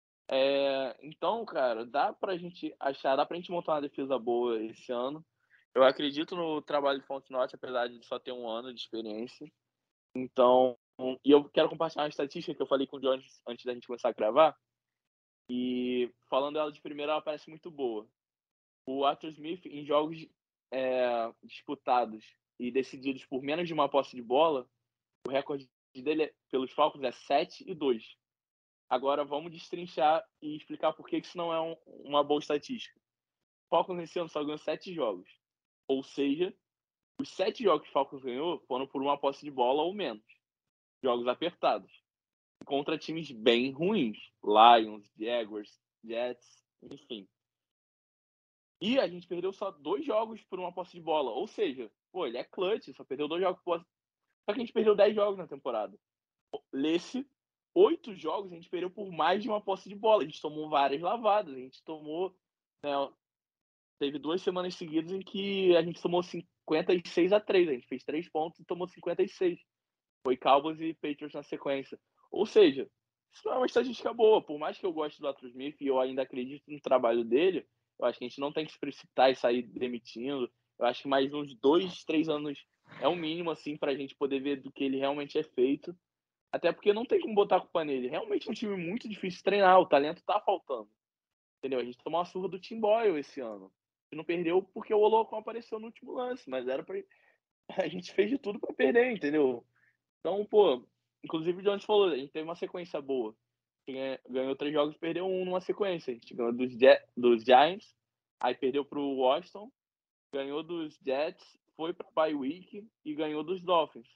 D: É, então, cara, dá pra gente achar, dá pra gente montar uma defesa boa esse ano. Eu acredito no trabalho de Fontenot, apesar de só ter um ano de experiência. Então, e eu quero compartilhar uma estatística que eu falei com o Jones antes da gente começar a gravar. E falando ela de primeira, ela parece muito boa. O Arthur Smith, em jogos é, disputados e decididos por menos de uma posse de bola, o recorde dele pelos Falcons é sete e dois. Agora vamos destrinchar e explicar por que isso não é um, uma boa estatística. O Falcons esse ano só ganhou sete jogos. Ou seja, os sete jogos que o Falcons ganhou foram por uma posse de bola ou menos. Jogos apertados. Contra times bem ruins. Lions, Jaguars, Jets, enfim. E a gente perdeu só dois jogos por uma posse de bola. Ou seja, pô, ele é clutch, só perdeu dois jogos por posse. Só que a gente perdeu dez jogos na temporada. Nesse oito jogos, a gente perdeu por mais de uma posse de bola. A gente tomou várias lavadas. A gente tomou. Né, teve duas semanas seguidas em que a gente tomou cinquenta e seis a três. A gente fez três pontos e tomou cinquenta e seis. Foi Cowboys e Patriots na sequência. Ou seja, isso não é uma estatística boa. Por mais que eu goste do Arthur Smith e eu ainda acredito no trabalho dele, eu acho que a gente não tem que se precipitar e sair demitindo. Eu acho que mais uns dois, três anos é o mínimo, assim, para a gente poder ver do que ele realmente é feito. Até porque não tem como botar a culpa nele. Realmente é um time muito difícil de treinar. O talento tá faltando. Entendeu? A gente tomou uma surra do Tim Boyle esse ano. A gente não perdeu porque o Olocon apareceu no último lance, mas era para a gente fez de tudo para perder, entendeu? Então, pô, inclusive o Jones falou, a gente teve uma sequência boa. Ganhou três jogos e perdeu um numa sequência. A gente ganhou dos, dos Giants, aí perdeu pro Washington, ganhou dos Jets, foi pra bye week e ganhou dos Dolphins.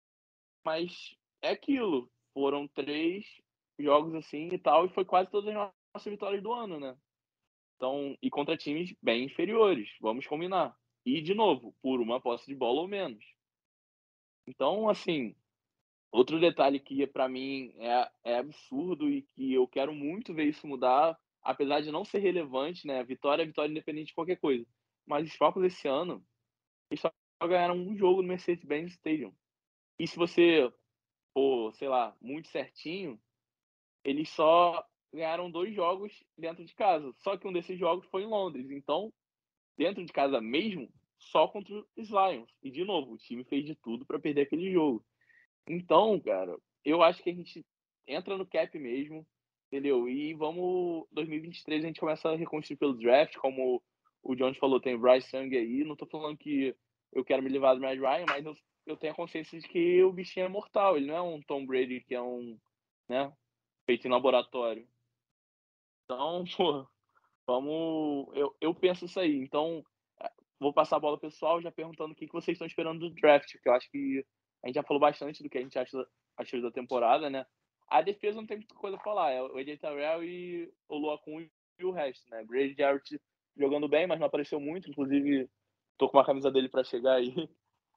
D: Mas é aquilo, foram três jogos assim e tal, e foi quase todas as nossas vitórias do ano, né? Então, e contra times bem inferiores, vamos combinar. E, de novo, por uma posse de bola ou menos. Então, assim, outro detalhe que para mim é, é absurdo e que eu quero muito ver isso mudar, apesar de não ser relevante, né? Vitória é vitória independente de qualquer coisa. Mas os Falcons esse ano, eles só ganharam um jogo no Mercedes-Benz Stadium. E se você for, sei lá, muito certinho, eles só ganharam dois jogos dentro de casa. Só que um desses jogos foi em Londres. Então, dentro de casa mesmo, só contra os Lions. E, de novo, o time fez de tudo para perder aquele jogo. Então, cara, eu acho que a gente entra no cap mesmo, entendeu? E vamos, dois mil e vinte e três a gente começa a reconstruir pelo draft, como o Jones falou, tem o Bryce Young aí. Não tô falando que eu quero me livrar do Matt Ryan, mas eu, eu tenho a consciência de que o bichinho é mortal. Ele não é um Tom Brady que é um, né, feito em laboratório. Então, pô, vamos. Eu, eu penso isso aí. Então, vou passar a bola pro pessoal já perguntando o que, que vocês estão esperando do draft, porque eu acho que a gente já falou bastante do que a gente acha, achou da temporada, né? A defesa não tem muita coisa a falar. É o Ed Terrell e o Luakun e o resto, né? Grady Jarrett jogando bem, mas não apareceu muito. Inclusive, tô com uma camisa dele para chegar aí.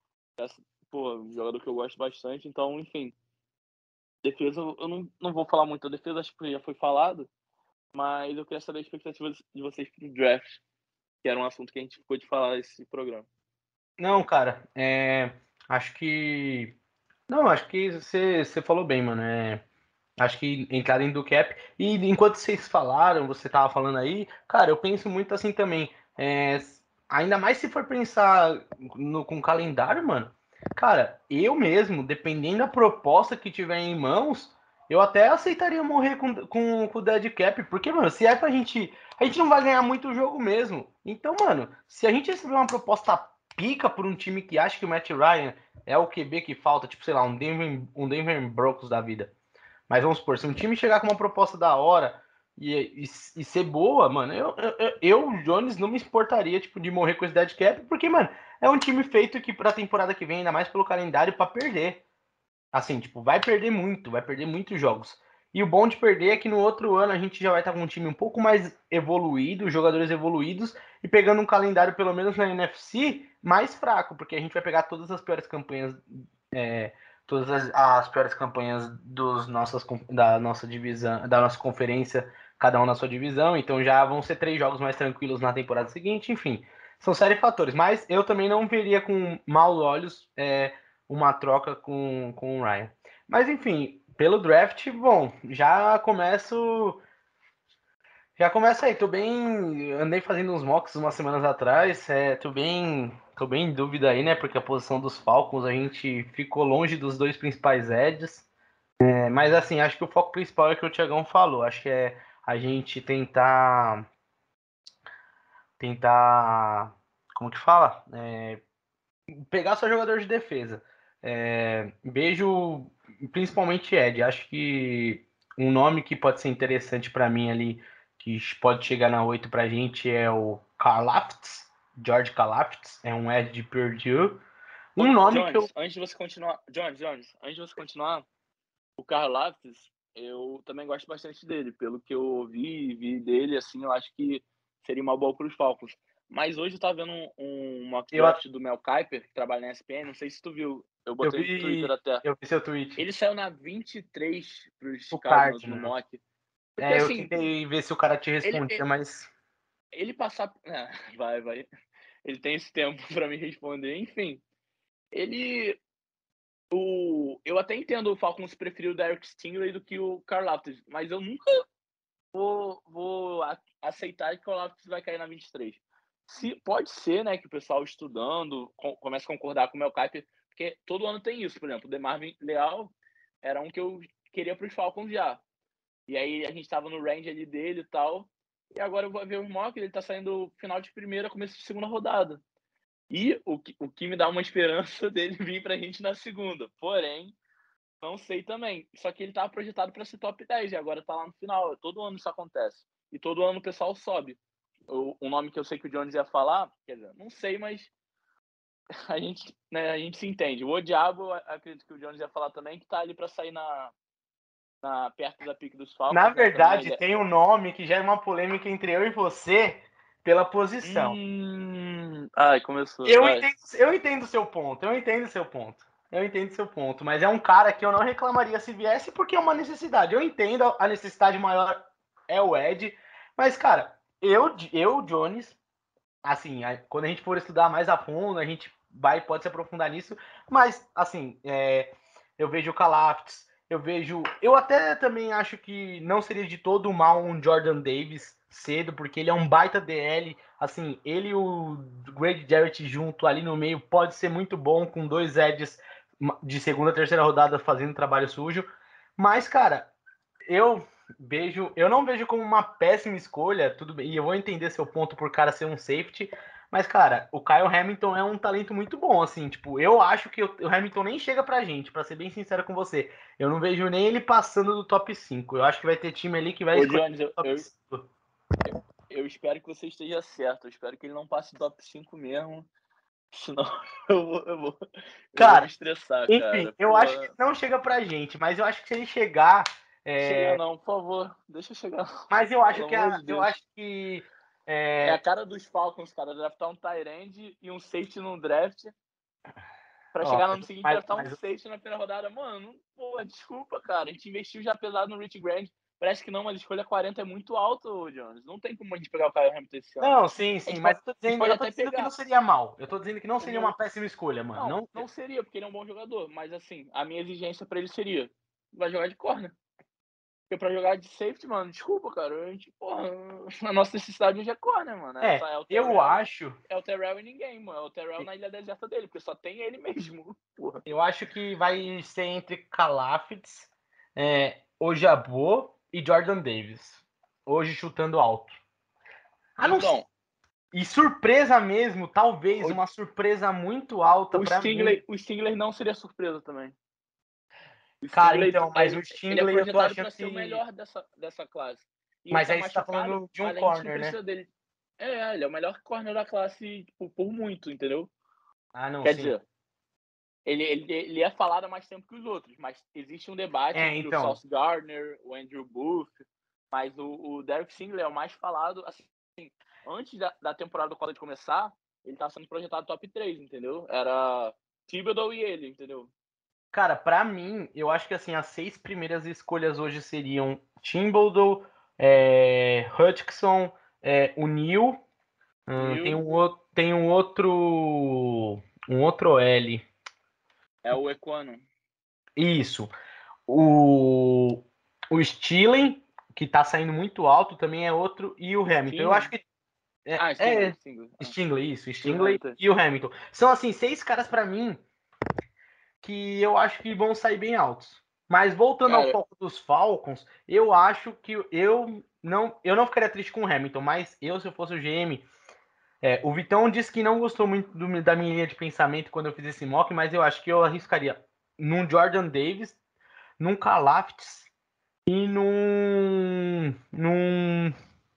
D: Pô, um jogador que eu gosto bastante. Então, enfim. Defesa, eu não, não vou falar muito da defesa, acho que já foi falado. Mas eu queria saber a expectativa de vocês pro draft, que era um assunto que a gente ficou de falar nesse programa.
C: Não, cara, é, acho que. Não, acho que você, você falou bem, mano. É, acho que entrar dentro do cap. E enquanto vocês falaram, você tava falando aí, cara, eu penso muito assim também. É, ainda mais se for pensar no, com calendário, mano. Cara, eu mesmo, dependendo da proposta que tiver em mãos, eu até aceitaria morrer com, com, com o dead cap. Porque, mano, se é pra gente. A gente não vai ganhar muito jogo mesmo. Então, mano, se a gente receber uma proposta pica por um time que acha que o Matt Ryan é o Q B que falta, tipo, sei lá, um Denver, um Denver Broncos da vida. Mas vamos supor, se um time chegar com uma proposta da hora, e, e, e ser boa, mano, eu, eu, eu, o Jones, não me importaria, tipo, de morrer com esse dead cap, porque, mano, é um time feito que pra temporada que vem, ainda mais pelo calendário, pra perder. Assim, tipo, vai perder muito, vai perder muitos jogos. E o bom de perder é que no outro ano a gente já vai estar com um time um pouco mais evoluído, jogadores evoluídos, e pegando um calendário, pelo menos na N F C, mais fraco, porque a gente vai pegar todas as piores campanhas, é, todas as, as piores campanhas dos nossas, da nossa divisão, da nossa conferência, cada um na sua divisão, então já vão ser três jogos mais tranquilos na temporada seguinte, enfim. São série de fatores, mas eu também não veria com maus olhos é, uma troca com, com o Ryan. Mas enfim, pelo draft, bom, já começo. Já começa aí, tô bem. Andei fazendo uns mocks umas semanas atrás. É, tô bem. Tô bem em dúvida aí, né? Porque a posição dos Falcons a gente ficou longe dos dois principais edges. É, mas assim, acho que o foco principal é o que o Thiagão falou. Acho que é a gente tentar. Tentar. Como que fala? É, pegar só jogador de defesa. É, vejo principalmente Ed. Acho que um nome que pode ser interessante para mim ali, que pode chegar na oito pra gente, é o Karlaftis. George Karlaftis, é um Ed de Purdue. Um nome
D: Jones,
C: que eu.
D: antes de você continuar, Jones, Jones, antes de você continuar, o Karlaftis, eu também gosto bastante dele. Pelo que eu ouvi e vi dele, assim, eu acho que seria uma boa para os Falcons. Mas hoje eu tava vendo um, um mock
C: Eu,
D: draft do Mel Kiper, que trabalha na E S P N, não sei se tu viu, eu
C: eu
D: botei no Twitter
C: vi.
D: até.
C: Eu vi seu tweet.
D: Ele saiu na vinte e três pros
C: O
D: Cardinals no
C: Cardinals.
D: mock. Porque
C: É, eu
D: assim,
C: tentei ver se o cara te
D: ele,
C: respondia,
D: ele,
C: mas.
D: ele passar. É, vai, vai. Ele tem esse tempo para me responder. Enfim, ele. O, eu até entendo o Falcons preferir o Derek Stingley do que o Karlaftis, mas eu nunca vou, vou aceitar que o Karlaftis vai cair na vinte e três. Se, pode ser, né, que o pessoal estudando com, comece a concordar com o Mel Kiper, porque todo ano tem isso. Por exemplo, o DeMarvin Leal era um que eu queria para os Falcons já. E aí a gente estava no range ali dele e tal. E agora eu vou ver o mock, ele tá saindo final de primeira, começo de segunda rodada. E o que, o que me dá uma esperança dele vir pra gente na segunda. Porém, não sei também. Só que ele tava projetado para ser top dez e agora tá lá no final. Todo ano isso acontece. E todo ano o pessoal sobe. O, o nome que eu sei que o Jones ia falar, quer dizer, não sei, mas a gente, né, a gente se entende. O Diabo, acredito que o Jones ia falar também, que tá ali para sair na, na, perto da pique dos Falcons.
C: Na
D: Né,
C: verdade,
D: também,
C: tem um nome que gera uma polêmica entre eu e você pela posição.
D: Hum... Ai, começou.
C: Eu
D: Vai.
C: entendo, eu entendo o seu ponto, eu entendo o seu ponto. Eu entendo o seu ponto, mas é um cara que eu não reclamaria se viesse porque é uma necessidade. Eu entendo a necessidade maior é o Ed, mas cara, eu, eu Jones, assim, quando a gente for estudar mais a fundo, a gente vai pode se aprofundar nisso, mas assim, é, eu vejo o Kalafdis, eu vejo, eu até também acho que não seria de todo mal um Jordan Davis cedo, porque ele é um baita D L, assim, ele e o Grady Jarrett junto ali no meio pode ser muito bom com dois edges de segunda, terceira rodada fazendo trabalho sujo, mas cara, eu vejo, eu não vejo como uma péssima escolha, tudo bem, e eu vou entender seu ponto por cara ser um safety, mas cara, o Kyle Hamilton é um talento muito bom, assim, tipo, eu acho que o Hamilton nem chega pra gente, pra ser bem sincero com você. Eu não vejo nem ele passando do top cinco. Eu acho que vai ter time ali que vai
D: Ô,
C: escolher
D: Jones, eu,
C: top
D: eu,
C: cinco.
D: eu espero que você esteja certo. Eu espero que ele não passe top cinco mesmo. Senão eu vou, eu vou, eu vou me
C: Cara,
D: estressar,
C: enfim,
D: cara.
C: eu
D: Pô,
C: acho que não chega pra gente, mas eu acho que se ele chegar,
D: chega
C: é,
D: não, por favor. Deixa eu chegar.
C: mas eu acho
D: Pelo
C: que
D: amor
C: a,
D: de
C: eu
D: Deus.
C: acho que
D: É a
C: é,
D: cara dos Falcons, cara. Draftar um tight end e um safety no draft. Pra
C: ó,
D: chegar no ano seguinte
C: mas,
D: draftar um
C: mas
D: safety na primeira rodada. Mano, pô, desculpa, cara. A gente investiu já pesado no Rich Grant. Parece que não, mas a escolha quarenta é muito alto, Jones. Não tem como a gente pegar o Kyle Hamilton esse ano.
C: não, sim,
D: A
C: sim,
D: gente
C: mas
D: pode,
C: eu tô
D: a gente
C: dizendo,
D: pode
C: eu tô
D: até
C: dizendo que não
D: pegar.
C: seria mal. Eu tô dizendo que não
D: O
C: seria
D: meu...
C: uma péssima escolha, mano.
D: Não,
C: Não,
D: não seria, porque ele é um bom jogador. Mas assim, a minha exigência pra ele seria: vai jogar de corner. Porque pra jogar de safety, mano, desculpa, cara. A gente, porra, a nossa necessidade hoje é corner, mano.
C: é,
D: Essa é o
C: eu
D: Terrell,
C: acho,
D: é o Terrell e ninguém, mano. É o Terrell na ilha deserta dele, porque só tem ele mesmo, porra.
C: eu acho que vai ser entre Kalafdis, é, Ojabo e Jordan Davis. Hoje chutando alto. Ah, não sei.
D: Então,
C: E surpresa mesmo, talvez
D: o,
C: uma surpresa muito alta
D: o
C: pra mim.
D: Stingley, o Stingley não seria surpresa também. O
C: Cara,
D: Stingley,
C: então, mas o
D: ele, ele é
C: Stingley eu tô
D: projetado
C: achando
D: pra ser o
C: que
D: melhor dessa, dessa classe. E
C: Mas
D: ele
C: aí
D: tá
C: você tá
D: machucado,
C: falando de um
D: mas a gente não
C: corner, né?
D: precisa dele. É, ele é o melhor corner da classe, tipo, por muito, entendeu?
C: Ah, não,
D: Quer
C: sim.
D: dizer, ele, ele, ele é falado há mais tempo que os outros, mas existe um debate
C: É,
D: entre o
C: então.
D: Sauce Gardner, o Andrew Booth, mas o, o Derek Stingley é o mais falado. Assim, antes da, da temporada do college começar, ele tá sendo projetado top três, entendeu? Era Thibodeau e ele, entendeu?
C: Cara, pra mim, eu acho que assim, as seis primeiras escolhas hoje seriam Thibodeau, é, Hutchinson, é, o Neil, hum,
D: Neil
C: tem um outro, tem um outro, um outro O L.
D: é o Equano.
C: Isso. O, o Stillen, que tá saindo muito alto, também é outro, e o Hamilton. Eu acho
D: Stingley?
C: que é,
D: Ah, Stingley,
C: é
D: Stingley. Ah.
C: Stingley, isso,
D: E o
C: Stingley
D: Hamilton.
C: e o Hamilton. São assim, seis caras pra mim que eu acho que vão sair bem altos. Mas voltando ao
D: Cara,
C: foco dos Falcons, eu acho que eu não, eu não ficaria triste com o Hamilton, mas eu, se eu fosse o G M, é, o Vitão disse que não gostou muito do- da minha linha de pensamento quando eu fiz esse mock, mas eu acho que eu arriscaria num Jordan Davis, num Kalaftis e num. num.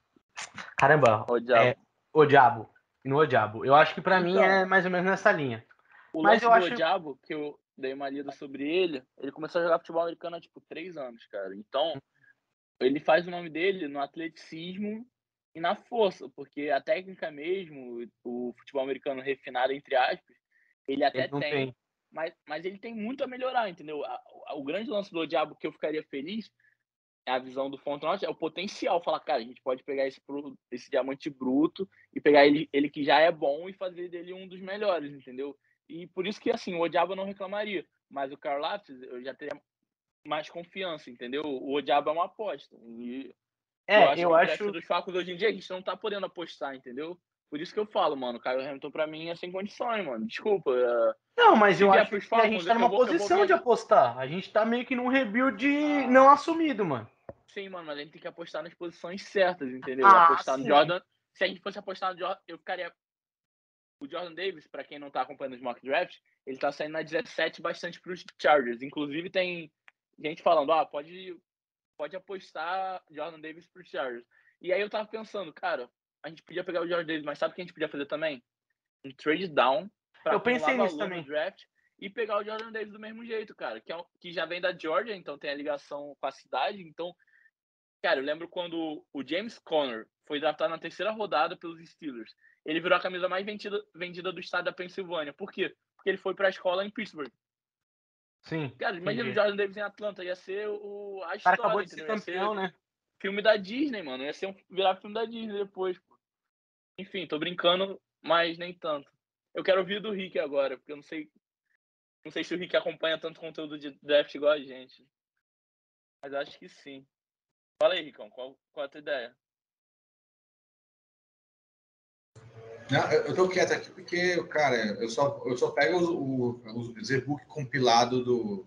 C: Caramba,
D: o
C: é.
D: diabo.
C: O Diabo. No O Diabo. Eu acho que pra mim
D: Então,
C: é mais ou menos nessa linha.
D: o
C: Mas
D: lance
C: eu
D: do
C: acho.
D: Odiabo, que eu dei uma lida sobre ele, ele começou a jogar futebol americano há, tipo, três anos, cara. Então, ele faz o nome dele no atleticismo e na força, porque a técnica mesmo, o futebol americano refinado, entre aspas, ele
C: Ele
D: até
C: não
D: tem,
C: tem.
D: mas, mas ele tem muito a melhorar, entendeu? A- a- o grande lance do Odiabo que eu ficaria feliz é a visão do Fontenot, é o potencial. Falar, cara, a gente pode pegar esse, pro- esse diamante bruto e pegar ele, ele que já é bom e fazer dele um dos melhores, entendeu? E por isso que, assim, o Odiabo eu não reclamaria. Mas o Karl Lattes, eu já teria mais confiança, entendeu? O Odiabo é uma aposta. E eu
C: É,
D: acho que
C: eu
D: o draft
C: acho.
D: dos Falcons hoje em dia a gente não tá podendo apostar, entendeu? Por isso que eu falo, mano, o Kyle Hamilton pra mim é sem condições, mano. Desculpa. é,
C: Não, mas
D: Se
C: eu
D: vier
C: acho
D: pros
C: que a
D: Falcons,
C: gente tá
D: eu
C: numa
D: vou, eu vou vir
C: posição de
D: aqui.
C: apostar. A gente tá meio que num rebuild
D: Ah,
C: não assumido, mano.
D: sim, mano, mas a gente tem que apostar nas posições certas, entendeu?
C: Ah,
D: Apostar no
C: sim.
D: Jordan. Se a gente fosse apostar no Jordan, eu ficaria. O Jordan Davis, pra quem não tá acompanhando os mock drafts, ele tá saindo na dezessete bastante pros Chargers. Inclusive, tem gente falando, ah, pode, pode apostar Jordan Davis pros Chargers. E aí eu tava pensando, cara, a gente podia pegar o Jordan Davis, mas sabe o que a gente podia fazer também? Um trade down pra
C: Eu pensei
D: acumular
C: nisso
D: valor no
C: também.
D: draft e pegar o Jordan Davis do mesmo jeito, cara. Que, é um, que já vem da Georgia, então tem a ligação com a cidade. Então, cara, eu lembro quando o James Conner foi draftado na terceira rodada pelos Steelers. Ele virou a camisa mais vendida, vendida do estado da Pensilvânia. Por quê? Porque ele foi pra escola em Pittsburgh.
C: Sim,
D: Cara, imagina o
C: entendi.
D: Jordan Davis em Atlanta. Ia ser o, a
C: O cara acabou
D: história,
C: de ser
D: entendeu? Ia
C: campeão,
D: ser
C: né?
D: filme da Disney, mano. Ia ser um, virar filme da Disney depois, pô. Enfim, tô brincando, mas nem tanto. Eu quero ouvir do Rick agora, porque eu não sei, não sei se o Rick acompanha tanto conteúdo de draft igual a gente. Mas acho que sim. Fala aí, Ricão, qual, qual a tua ideia?
E: Não, eu eu tô quieto aqui porque, cara, eu só, eu só pego o, o, o Z-Book compilado do,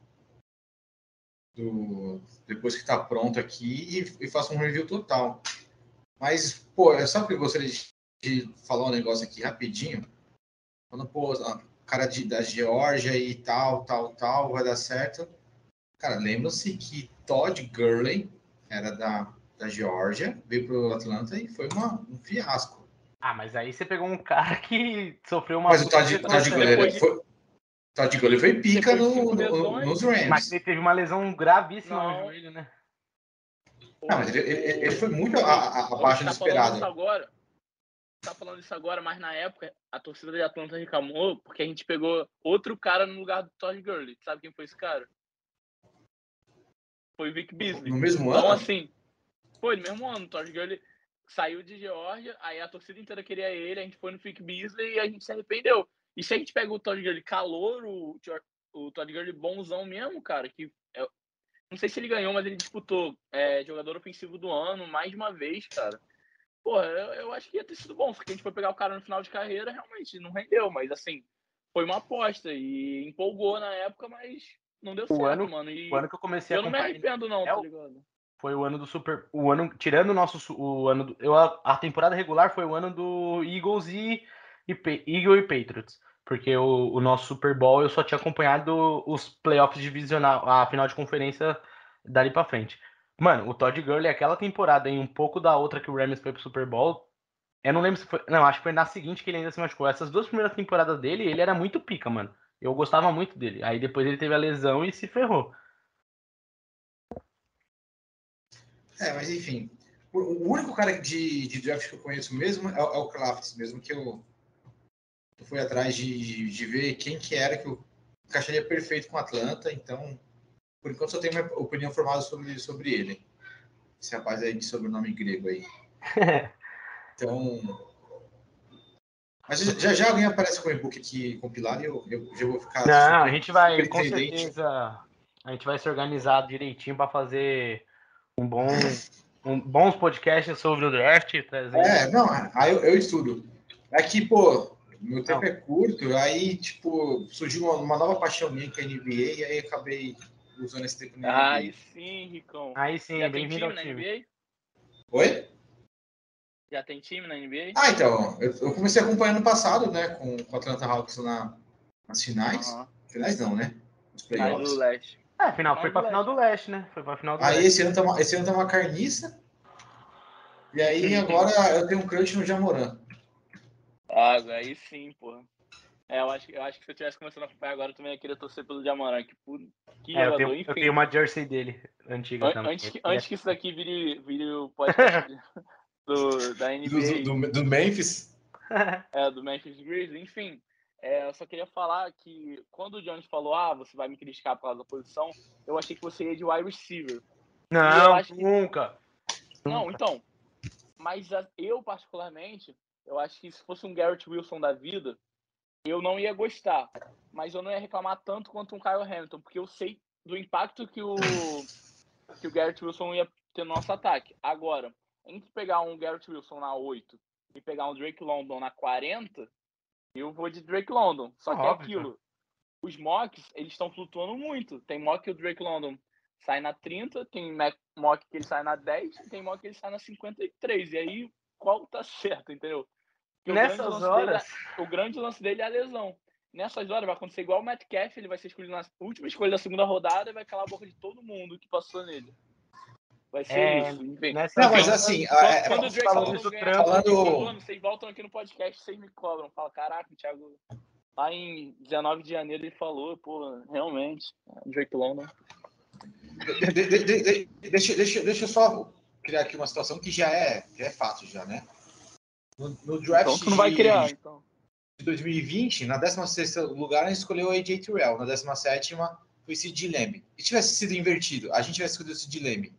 E: do. Depois que tá pronto aqui e, e faço um review total. Mas, pô, é só que eu gostaria de, de falar um negócio aqui rapidinho. Quando, pô, a cara de, da Geórgia e tal, tal, tal, vai dar certo. Cara, lembra-se que Todd Gurley era da, da Geórgia, veio pro Atlanta e foi uma, um fiasco.
C: Ah, mas aí você pegou um cara que sofreu uma
E: Mas o
C: puta
E: Todd,
C: lesão
E: Todd Gurley
D: Depois
E: era-
D: de,
E: foi, Todd Gurley foi pica
D: depois de cinco
E: no, no,
D: lesões,
E: nos
C: Mas ele
E: Rams.
C: teve uma lesão gravíssima no
D: não.
C: joelho, né?
E: Não,
D: O,
E: mas ele, ele, ele foi
D: o,
E: muito
D: o
E: a-
D: Rick,
E: a-
D: a gente
E: abaixo do
D: tá falando isso
E: esperado.
D: agora. Tá falando isso agora, mas na época a torcida de Atlanta reclamou porque a gente pegou outro cara no lugar do Todd Gurley. Sabe quem foi esse cara? Foi o Vic Beasley.
E: No mesmo
D: Então,
E: ano?
D: assim, foi no mesmo ano. O Todd Gurley saiu de Geórgia, aí a torcida inteira queria ele, a gente foi no Vic Beasley e a gente se arrependeu. E se a gente pega o Todd Gurley calor, o, o Todd Gurley bonzão mesmo, cara, que é, não sei se ele ganhou, mas ele disputou é, jogador ofensivo do ano mais de uma vez, cara. Porra, eu, eu acho que ia ter sido bom, porque a gente foi pegar o cara no final de carreira, realmente não rendeu, mas assim, foi uma aposta e empolgou na época, mas não deu
C: O
D: certo,
C: ano,
D: mano.
C: o
D: E
C: ano que eu comecei a
D: eu não me
C: acompanhar
D: arrependo, não,
C: N F
D: tá
C: L
D: ligado?
C: foi o ano do Super. O ano, tirando o nosso. su- O ano do, eu, a, a temporada regular foi o ano do Eagles e, e Pa- Eagle e Patriots. Porque o, o nosso Super Bowl eu só tinha acompanhado os playoffs divisional, a final de conferência dali pra frente. Mano, o Todd Gurley, aquela temporada em um pouco da outra que o Rams foi pro Super Bowl, eu não lembro se foi... Não, acho que foi na seguinte que ele ainda se machucou. Essas duas primeiras temporadas dele, ele era muito pica, mano. Eu gostava muito dele. Aí depois ele teve a lesão e se ferrou.
E: É, mas enfim. O único cara de, de draft que eu conheço mesmo é, é o Klafts, mesmo que eu, eu fui atrás de, de ver quem que era que eu encaixaria perfeito com o Atlanta, então, por enquanto só tenho minha opinião formada sobre, sobre ele. Esse rapaz aí de sobrenome grego aí. Então... Mas já já alguém aparece com o e-book aqui compilado e eu, eu já vou ficar...
C: Não,
E: super,
C: a gente vai, com
E: superintendente.
C: certeza, a gente vai se organizar direitinho pra fazer um bom, um, bons podcasts sobre o draft, trazendo...
E: É, não, aí eu, eu estudo. É que, pô, meu tempo
C: Não.
E: é curto, aí, tipo, surgiu uma, uma nova paixão minha, que é a N B A, e aí acabei usando esse tempo na
D: Aí
E: N B
D: sim, Ricão.
C: Aí sim,
D: Já tem
C: bem-vindo ao
D: time na
C: time.
D: N B A?
E: Oi?
D: Já tem time na N B
E: Ah, então, eu, eu comecei a acompanhar no passado, né, com, com o Atlanta Hawks na, nas
D: A?
E: finais.
D: Aham.
E: Finais não, né? Nos
D: Finais do
E: playoffs.
D: Leste.
C: É, final, foi
D: Finais
C: pra
D: do
C: final
D: Leste.
C: do leste, né? Foi pra final do
E: Aí
C: leste.
E: esse ano tá uma, esse ano tá uma carniça, e aí agora eu tenho um crush no Jamoran.
D: Ah, aí sim, porra. É, eu acho, eu acho que se eu tivesse começando a acompanhar agora, eu também ia querer torcer pelo Jamoran. Que, pu- que
C: É, eu
D: jogador,
C: tenho, eu
D: enfim.
C: tenho uma jersey dele, antiga
D: An-
C: também.
D: Antes, que-
C: Ele
D: antes
C: é-
D: que isso daqui vire, vire o podcast de- do, da
E: Do,
D: N B A,
E: do, do Memphis.
D: é, do Memphis Grizzlies, enfim. É, eu só queria falar que quando o Jones falou, ah, você vai me criticar por causa da posição, eu achei que você ia de wide receiver. E eu
C: Não,
D: acho que.
C: nunca.
D: Não,
C: Nunca.
D: então. Mas a- eu, particularmente, eu acho que se fosse um Garrett Wilson da vida, eu não ia gostar. Mas eu não ia reclamar tanto quanto um Kyle Hamilton, porque eu sei do impacto que o, que o Garrett Wilson ia ter no nosso ataque. Agora, entre pegar um Garrett Wilson na oito e pegar um Drake London na quarenta, eu vou de Drake London. Só que é
C: Óbvio.
D: aquilo. Os mocks, eles estão flutuando muito. Tem mock que o Drake London sai na trinta, tem mock que ele sai na dez, e tem mock que ele sai na cinquenta e três. E aí, qual tá certo, entendeu? Porque o grande,
C: Nessas
D: lance dele
C: horas,
D: é, o grande lance dele é a lesão. Nessas horas vai acontecer igual o Metcalf, ele vai ser escolhido na última escolha da segunda rodada e vai calar a boca de todo mundo que passou nele. Vai ser
C: é,
D: isso, enfim.
C: nessas
E: Não, mas
C: horas,
E: assim,
D: Quando,
E: é, é,
D: quando o Drake
C: falando
D: London
C: do
D: ganhar
C: trampo,
D: qualquer coisa do
E: falando...
D: ano, vocês voltam aqui no podcast, vocês me cobram. Fala, caraca, o Thiago, lá em dezenove de janeiro ele falou, pô, realmente, Drake London.
E: De, de, de, de, deixa, deixa, deixa eu só criar aqui uma situação que já é, já é fato, já, né? No, no draft
D: Então tu não vai criar, então.
E: de dois mil e vinte, na décima sexta lugar, a gente escolheu o A J Terrell. Na décima sétima foi Sid Lamb. Se tivesse sido invertido, a gente tivesse escolhido o Sid Lamb.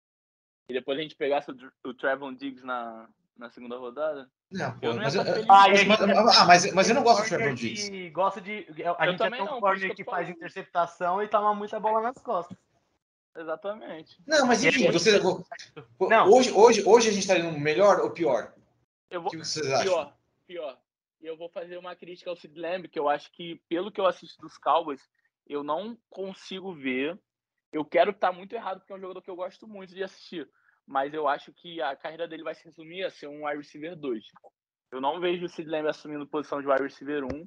D: E depois a gente pegasse o, o Trevon Diggs na, na segunda rodada?
E: Não, pô,
D: Eu não ia
E: mas,
D: estar
E: eu-
D: feliz.
C: Ah,
E: mas,
C: e a
E: mas,
C: gente
E: ah, mas, mas eu não gosto do
C: corner
E: Trevor Diggs.
C: que gosta de. A
D: Eu
C: gente já
D: também
C: tem um
D: não, por isso
C: corner
D: que
C: que
D: eu tô
C: faz
D: falando.
C: interceptação e toma muita bola nas costas.
D: Exatamente.
E: Não, mas
C: E
E: enfim,
C: aí,
E: você,
C: Não.
E: hoje, hoje, hoje a gente está indo melhor ou pior?
D: Eu
E: O
D: vou...
E: que vocês acham?
D: Pior, pior. E eu vou fazer uma crítica ao Sid Lamb, que eu acho que, pelo que eu assisto dos Cowboys, eu não consigo ver. Eu quero estar muito errado, porque é um jogador que eu gosto muito de assistir. Mas eu acho que a carreira dele vai se resumir a ser um wide receiver dois. Eu não vejo o Sid Lamb assumindo posição de wide receiver um.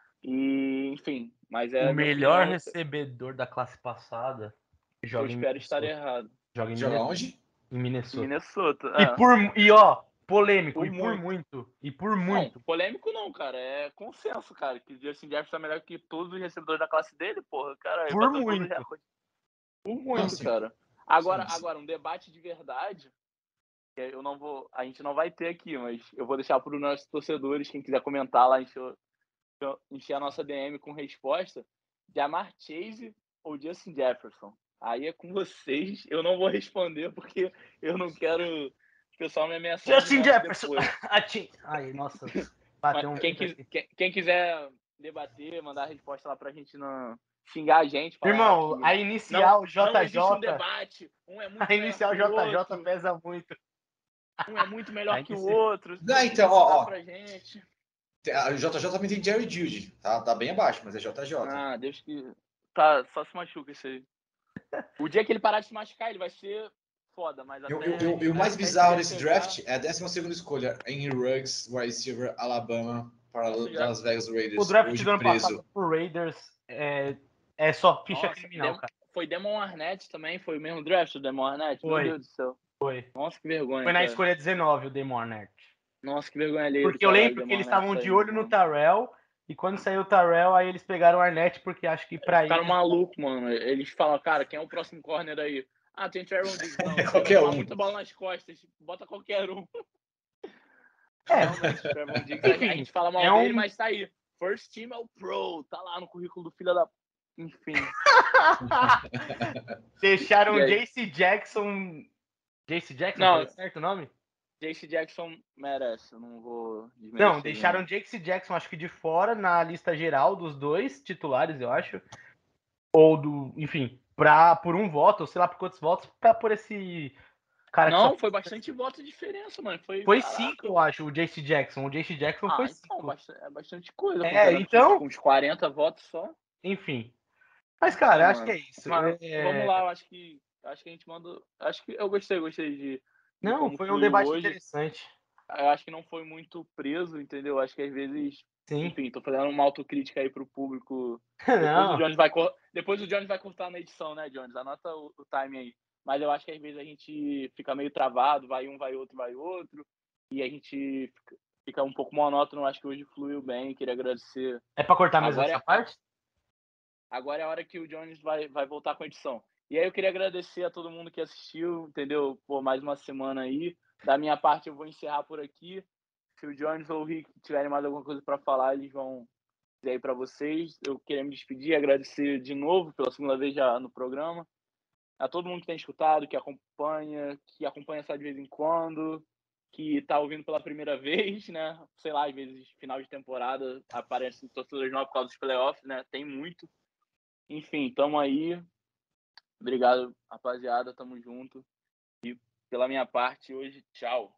D: E, enfim, mas é
C: O
D: a minha
C: melhor
D: opinião.
C: recebedor da classe passada
D: Eu
C: joga em
D: espero estar
C: Minnesota.
D: errado.
C: Joga em
E: Joga
C: Minnesota.
E: onde?
C: Em
D: Em
C: Minnesota.
D: Minnesota.
C: E
D: É.
C: por e ó, polêmico,
D: Por
C: e por
D: muito.
C: muito, e por
D: Não,
C: muito.
D: polêmico não, cara. É consenso, cara. Que o Justin Jefferson é melhor que todos os recebedores da classe dele, porra. Cara, ele
C: Por
D: bateu todos os
C: muito.
D: recordes. Por muito,
E: sim.
D: cara. Agora,
E: Sim, sim.
D: agora, um debate de verdade, que eu não vou. A gente não vai ter aqui, mas eu vou deixar para os nossos torcedores, quem quiser comentar lá, encher, encher a nossa D M com resposta. Jamar Chase ou Justin Jefferson? Aí é com vocês. Eu não vou responder porque eu não quero o pessoal me ameaçar.
C: Justin Jefferson. Ai, nossa. Bateu um
D: quem,
C: vento aqui.
D: quem, quem quiser debater, mandar a resposta lá pra gente, não xingar a gente. Falar
C: Irmão,
D: que
C: a inicial
D: não,
C: J J.
D: não existe um debate. Um é muito
C: A inicial
D: melhor que o
C: J J
D: outro.
C: pesa muito.
D: Um é muito melhor
C: A
D: que o
C: inicial...
D: outro.
E: Não, então, ó, ó.
D: Pra gente.
E: A J J também tem Jerry Judy. Tá, tá bem abaixo, mas é J J.
D: Ah, Deus que. Tá, só se machuca isso aí. O dia que ele parar de se machucar, ele vai ser foda, mas
E: E o-
D: até.
E: e o- e o mais
D: até
E: bizarro
D: ele
E: desse
D: chegar-
E: draft é a décima segunda escolha. Henry Ruggs, wide receiver, Alabama, para
D: Nossa, já-
E: Las Vegas Raiders.
C: O draft
E: hoje
C: do ano
E: preso.
C: passado pro Raiders é, é só ficha
D: Nossa,
C: criminal,
D: dem-
C: cara.
D: foi Demon Arnett também, foi o mesmo draft do Demon Arnett?
C: Foi.
D: Meu Deus do céu.
C: Foi.
D: Nossa, que vergonha.
C: Foi na
D: cara.
C: escolha dezenove, o Damon Arnett.
D: Nossa, que vergonha ali.
C: Porque eu lembro que eles estavam de olho no Tyrell, e quando saiu o Tyrell, aí eles pegaram o Arnett, porque acho que pra
D: eles ficaram
C: eles...
D: malucos, mano. Eles falam, cara, quem é o próximo corner aí? Ah, tem Trevor Diggs. Não,
E: É
D: você
E: qualquer
D: vai tomar
E: um.
D: muita bola nas costas. Bota qualquer um.
C: É.
D: Realmente, Trevor Diggs.
C: Enfim,
D: a gente fala mal
C: é
D: dele,
C: um-
D: mas tá aí. First team é o pro. Tá lá no currículo do filho da... Enfim.
C: Deixaram
D: E
C: o
D: aí?
C: J C Jackson... J C Jackson,
D: Não.
C: foi certo o nome?
D: J C Jackson merece. Eu não vou desmerecer.
C: Não, deixaram o J C Jackson, acho que de fora, na lista geral dos dois titulares, eu acho. Ou do... Enfim, pra, por um voto, ou sei lá por quantos votos, pra por esse... cara que
D: Não,
C: só...
D: foi bastante voto de diferença, mano. Foi,
C: Foi
D: caraca.
C: cinco, eu acho, o J C Jackson. O J C Jackson
D: Ah,
C: foi
D: então,
C: cinco.
D: bastante, é bastante coisa.
C: É,
D: comparado
C: então-
D: Com uns quarenta votos só.
C: Enfim. Mas, cara,
D: É,
C: acho que
D: mano.
C: é isso.
D: Mas,
C: É-
D: vamos lá, eu acho que acho que a gente manda. Acho que eu gostei, gostei de, de
C: Não,
D: como
C: foi um
D: fluiu
C: debate
D: hoje.
C: interessante.
D: Eu acho que não foi muito preso, entendeu? Acho que às vezes,
C: Sim.
D: enfim, tô fazendo uma autocrítica aí pro público. Depois o
C: Não,
D: Jones vai cor- depois o Jones vai cortar na edição, né, Jones? Anota o, o time aí. Mas eu acho que às vezes a gente fica meio travado, vai um, vai outro, vai outro, e a gente fica, fica um pouco monótono. Acho que hoje fluiu bem. Queria agradecer.
C: é pra cortar mesmo
D: Agora
C: essa
D: é-
C: parte?
D: Agora é a hora que o Jones vai, vai voltar com a edição. E aí eu queria agradecer a todo mundo que assistiu, entendeu? Por mais uma semana aí. Da minha parte, eu vou encerrar por aqui. Se o Jones ou o Rick tiverem mais alguma coisa para falar, eles vão dizer aí para vocês. Eu queria me despedir, agradecer de novo, pela segunda vez já no programa. A todo mundo que tem escutado, que acompanha, que acompanha só de vez em quando, que tá ouvindo pela primeira vez, né? Sei lá, às vezes, final de temporada, aparecem torcedores novos por causa dos playoffs, né? Tem muito. Enfim, tamo aí. Obrigado, rapaziada. Tamo junto. E pela minha parte, hoje, tchau.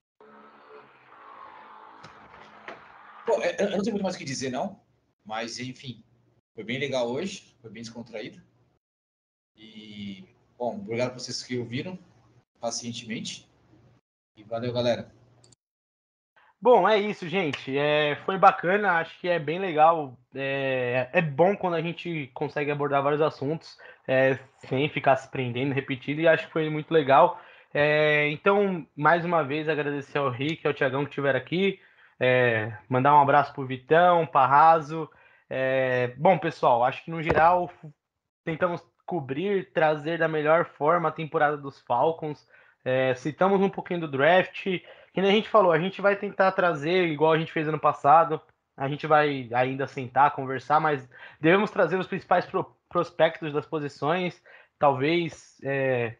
E: Pô, é, eu não tenho muito mais o que dizer, não. Mas, enfim, foi bem legal hoje. Foi bem descontraído. E, bom, obrigado por vocês que ouviram pacientemente. E valeu, galera.
C: Bom, é isso, gente. É, foi bacana, acho que é bem legal. É, é bom quando a gente consegue abordar vários assuntos é, sem ficar se prendendo, repetindo, e acho que foi muito legal. É, então, mais uma vez, agradecer ao Rick, ao Thiagão que estiveram aqui. É, mandar um abraço pro Vitão, Parraso. É, bom, pessoal, acho que no geral tentamos cobrir, trazer da melhor forma a temporada dos Falcons. É, citamos um pouquinho do draft. Que nem a gente falou, a gente vai tentar trazer, igual a gente fez ano passado. A gente vai ainda sentar, conversar, mas devemos trazer os principais pro, prospectos das posições. Talvez é,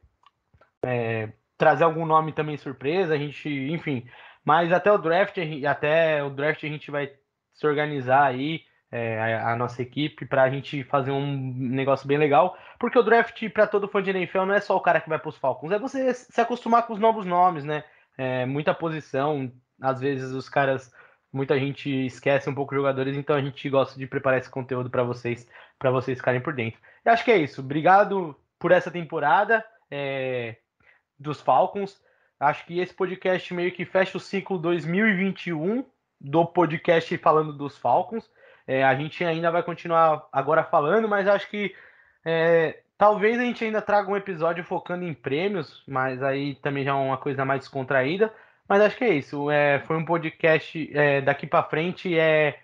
C: é, trazer algum nome também surpresa. A gente, enfim. Mas até o draft, até o draft a gente vai se organizar aí. É, a, a nossa equipe para a gente fazer um negócio bem legal, porque o draft para todo fã de N F L não é só o cara que vai para os Falcons, é você se acostumar com os novos nomes, né? É, muita posição, às vezes os caras, muita gente esquece um pouco os jogadores, então a gente gosta de preparar esse conteúdo para vocês, para vocês ficarem por dentro. Eu acho que é isso. Obrigado por essa temporada é, dos Falcons. Acho que esse podcast meio que fecha o ciclo dois mil e vinte e um do podcast falando dos Falcons. É, a gente ainda vai continuar agora falando, mas acho que é, talvez a gente ainda traga um episódio focando em prêmios, mas aí também já é uma coisa mais descontraída. Mas acho que é isso. É, foi um podcast é, daqui para frente é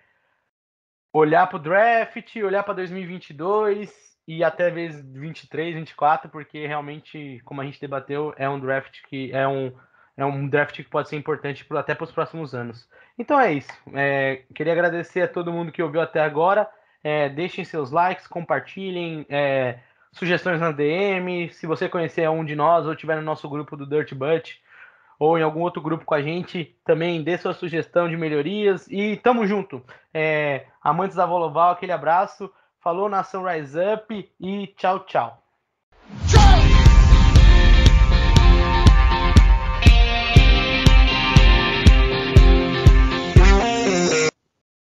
C: olhar para o draft, olhar para dois mil e vinte e dois e até vez vinte e três, vinte e quatro, porque realmente, como a gente debateu, é um draft que é um é um draft que pode ser importante pro, até para os próximos anos. Então é isso. É, queria agradecer a todo mundo que ouviu até agora. É, deixem seus likes, compartilhem, é, sugestões na D M. Se você conhecer um de nós ou estiver no nosso grupo do Dirt Butt ou em algum outro grupo com a gente, também dê sua sugestão de melhorias. E tamo junto. É, amantes da Voloval, aquele abraço. Falou, Nação Rise Up e tchau, tchau.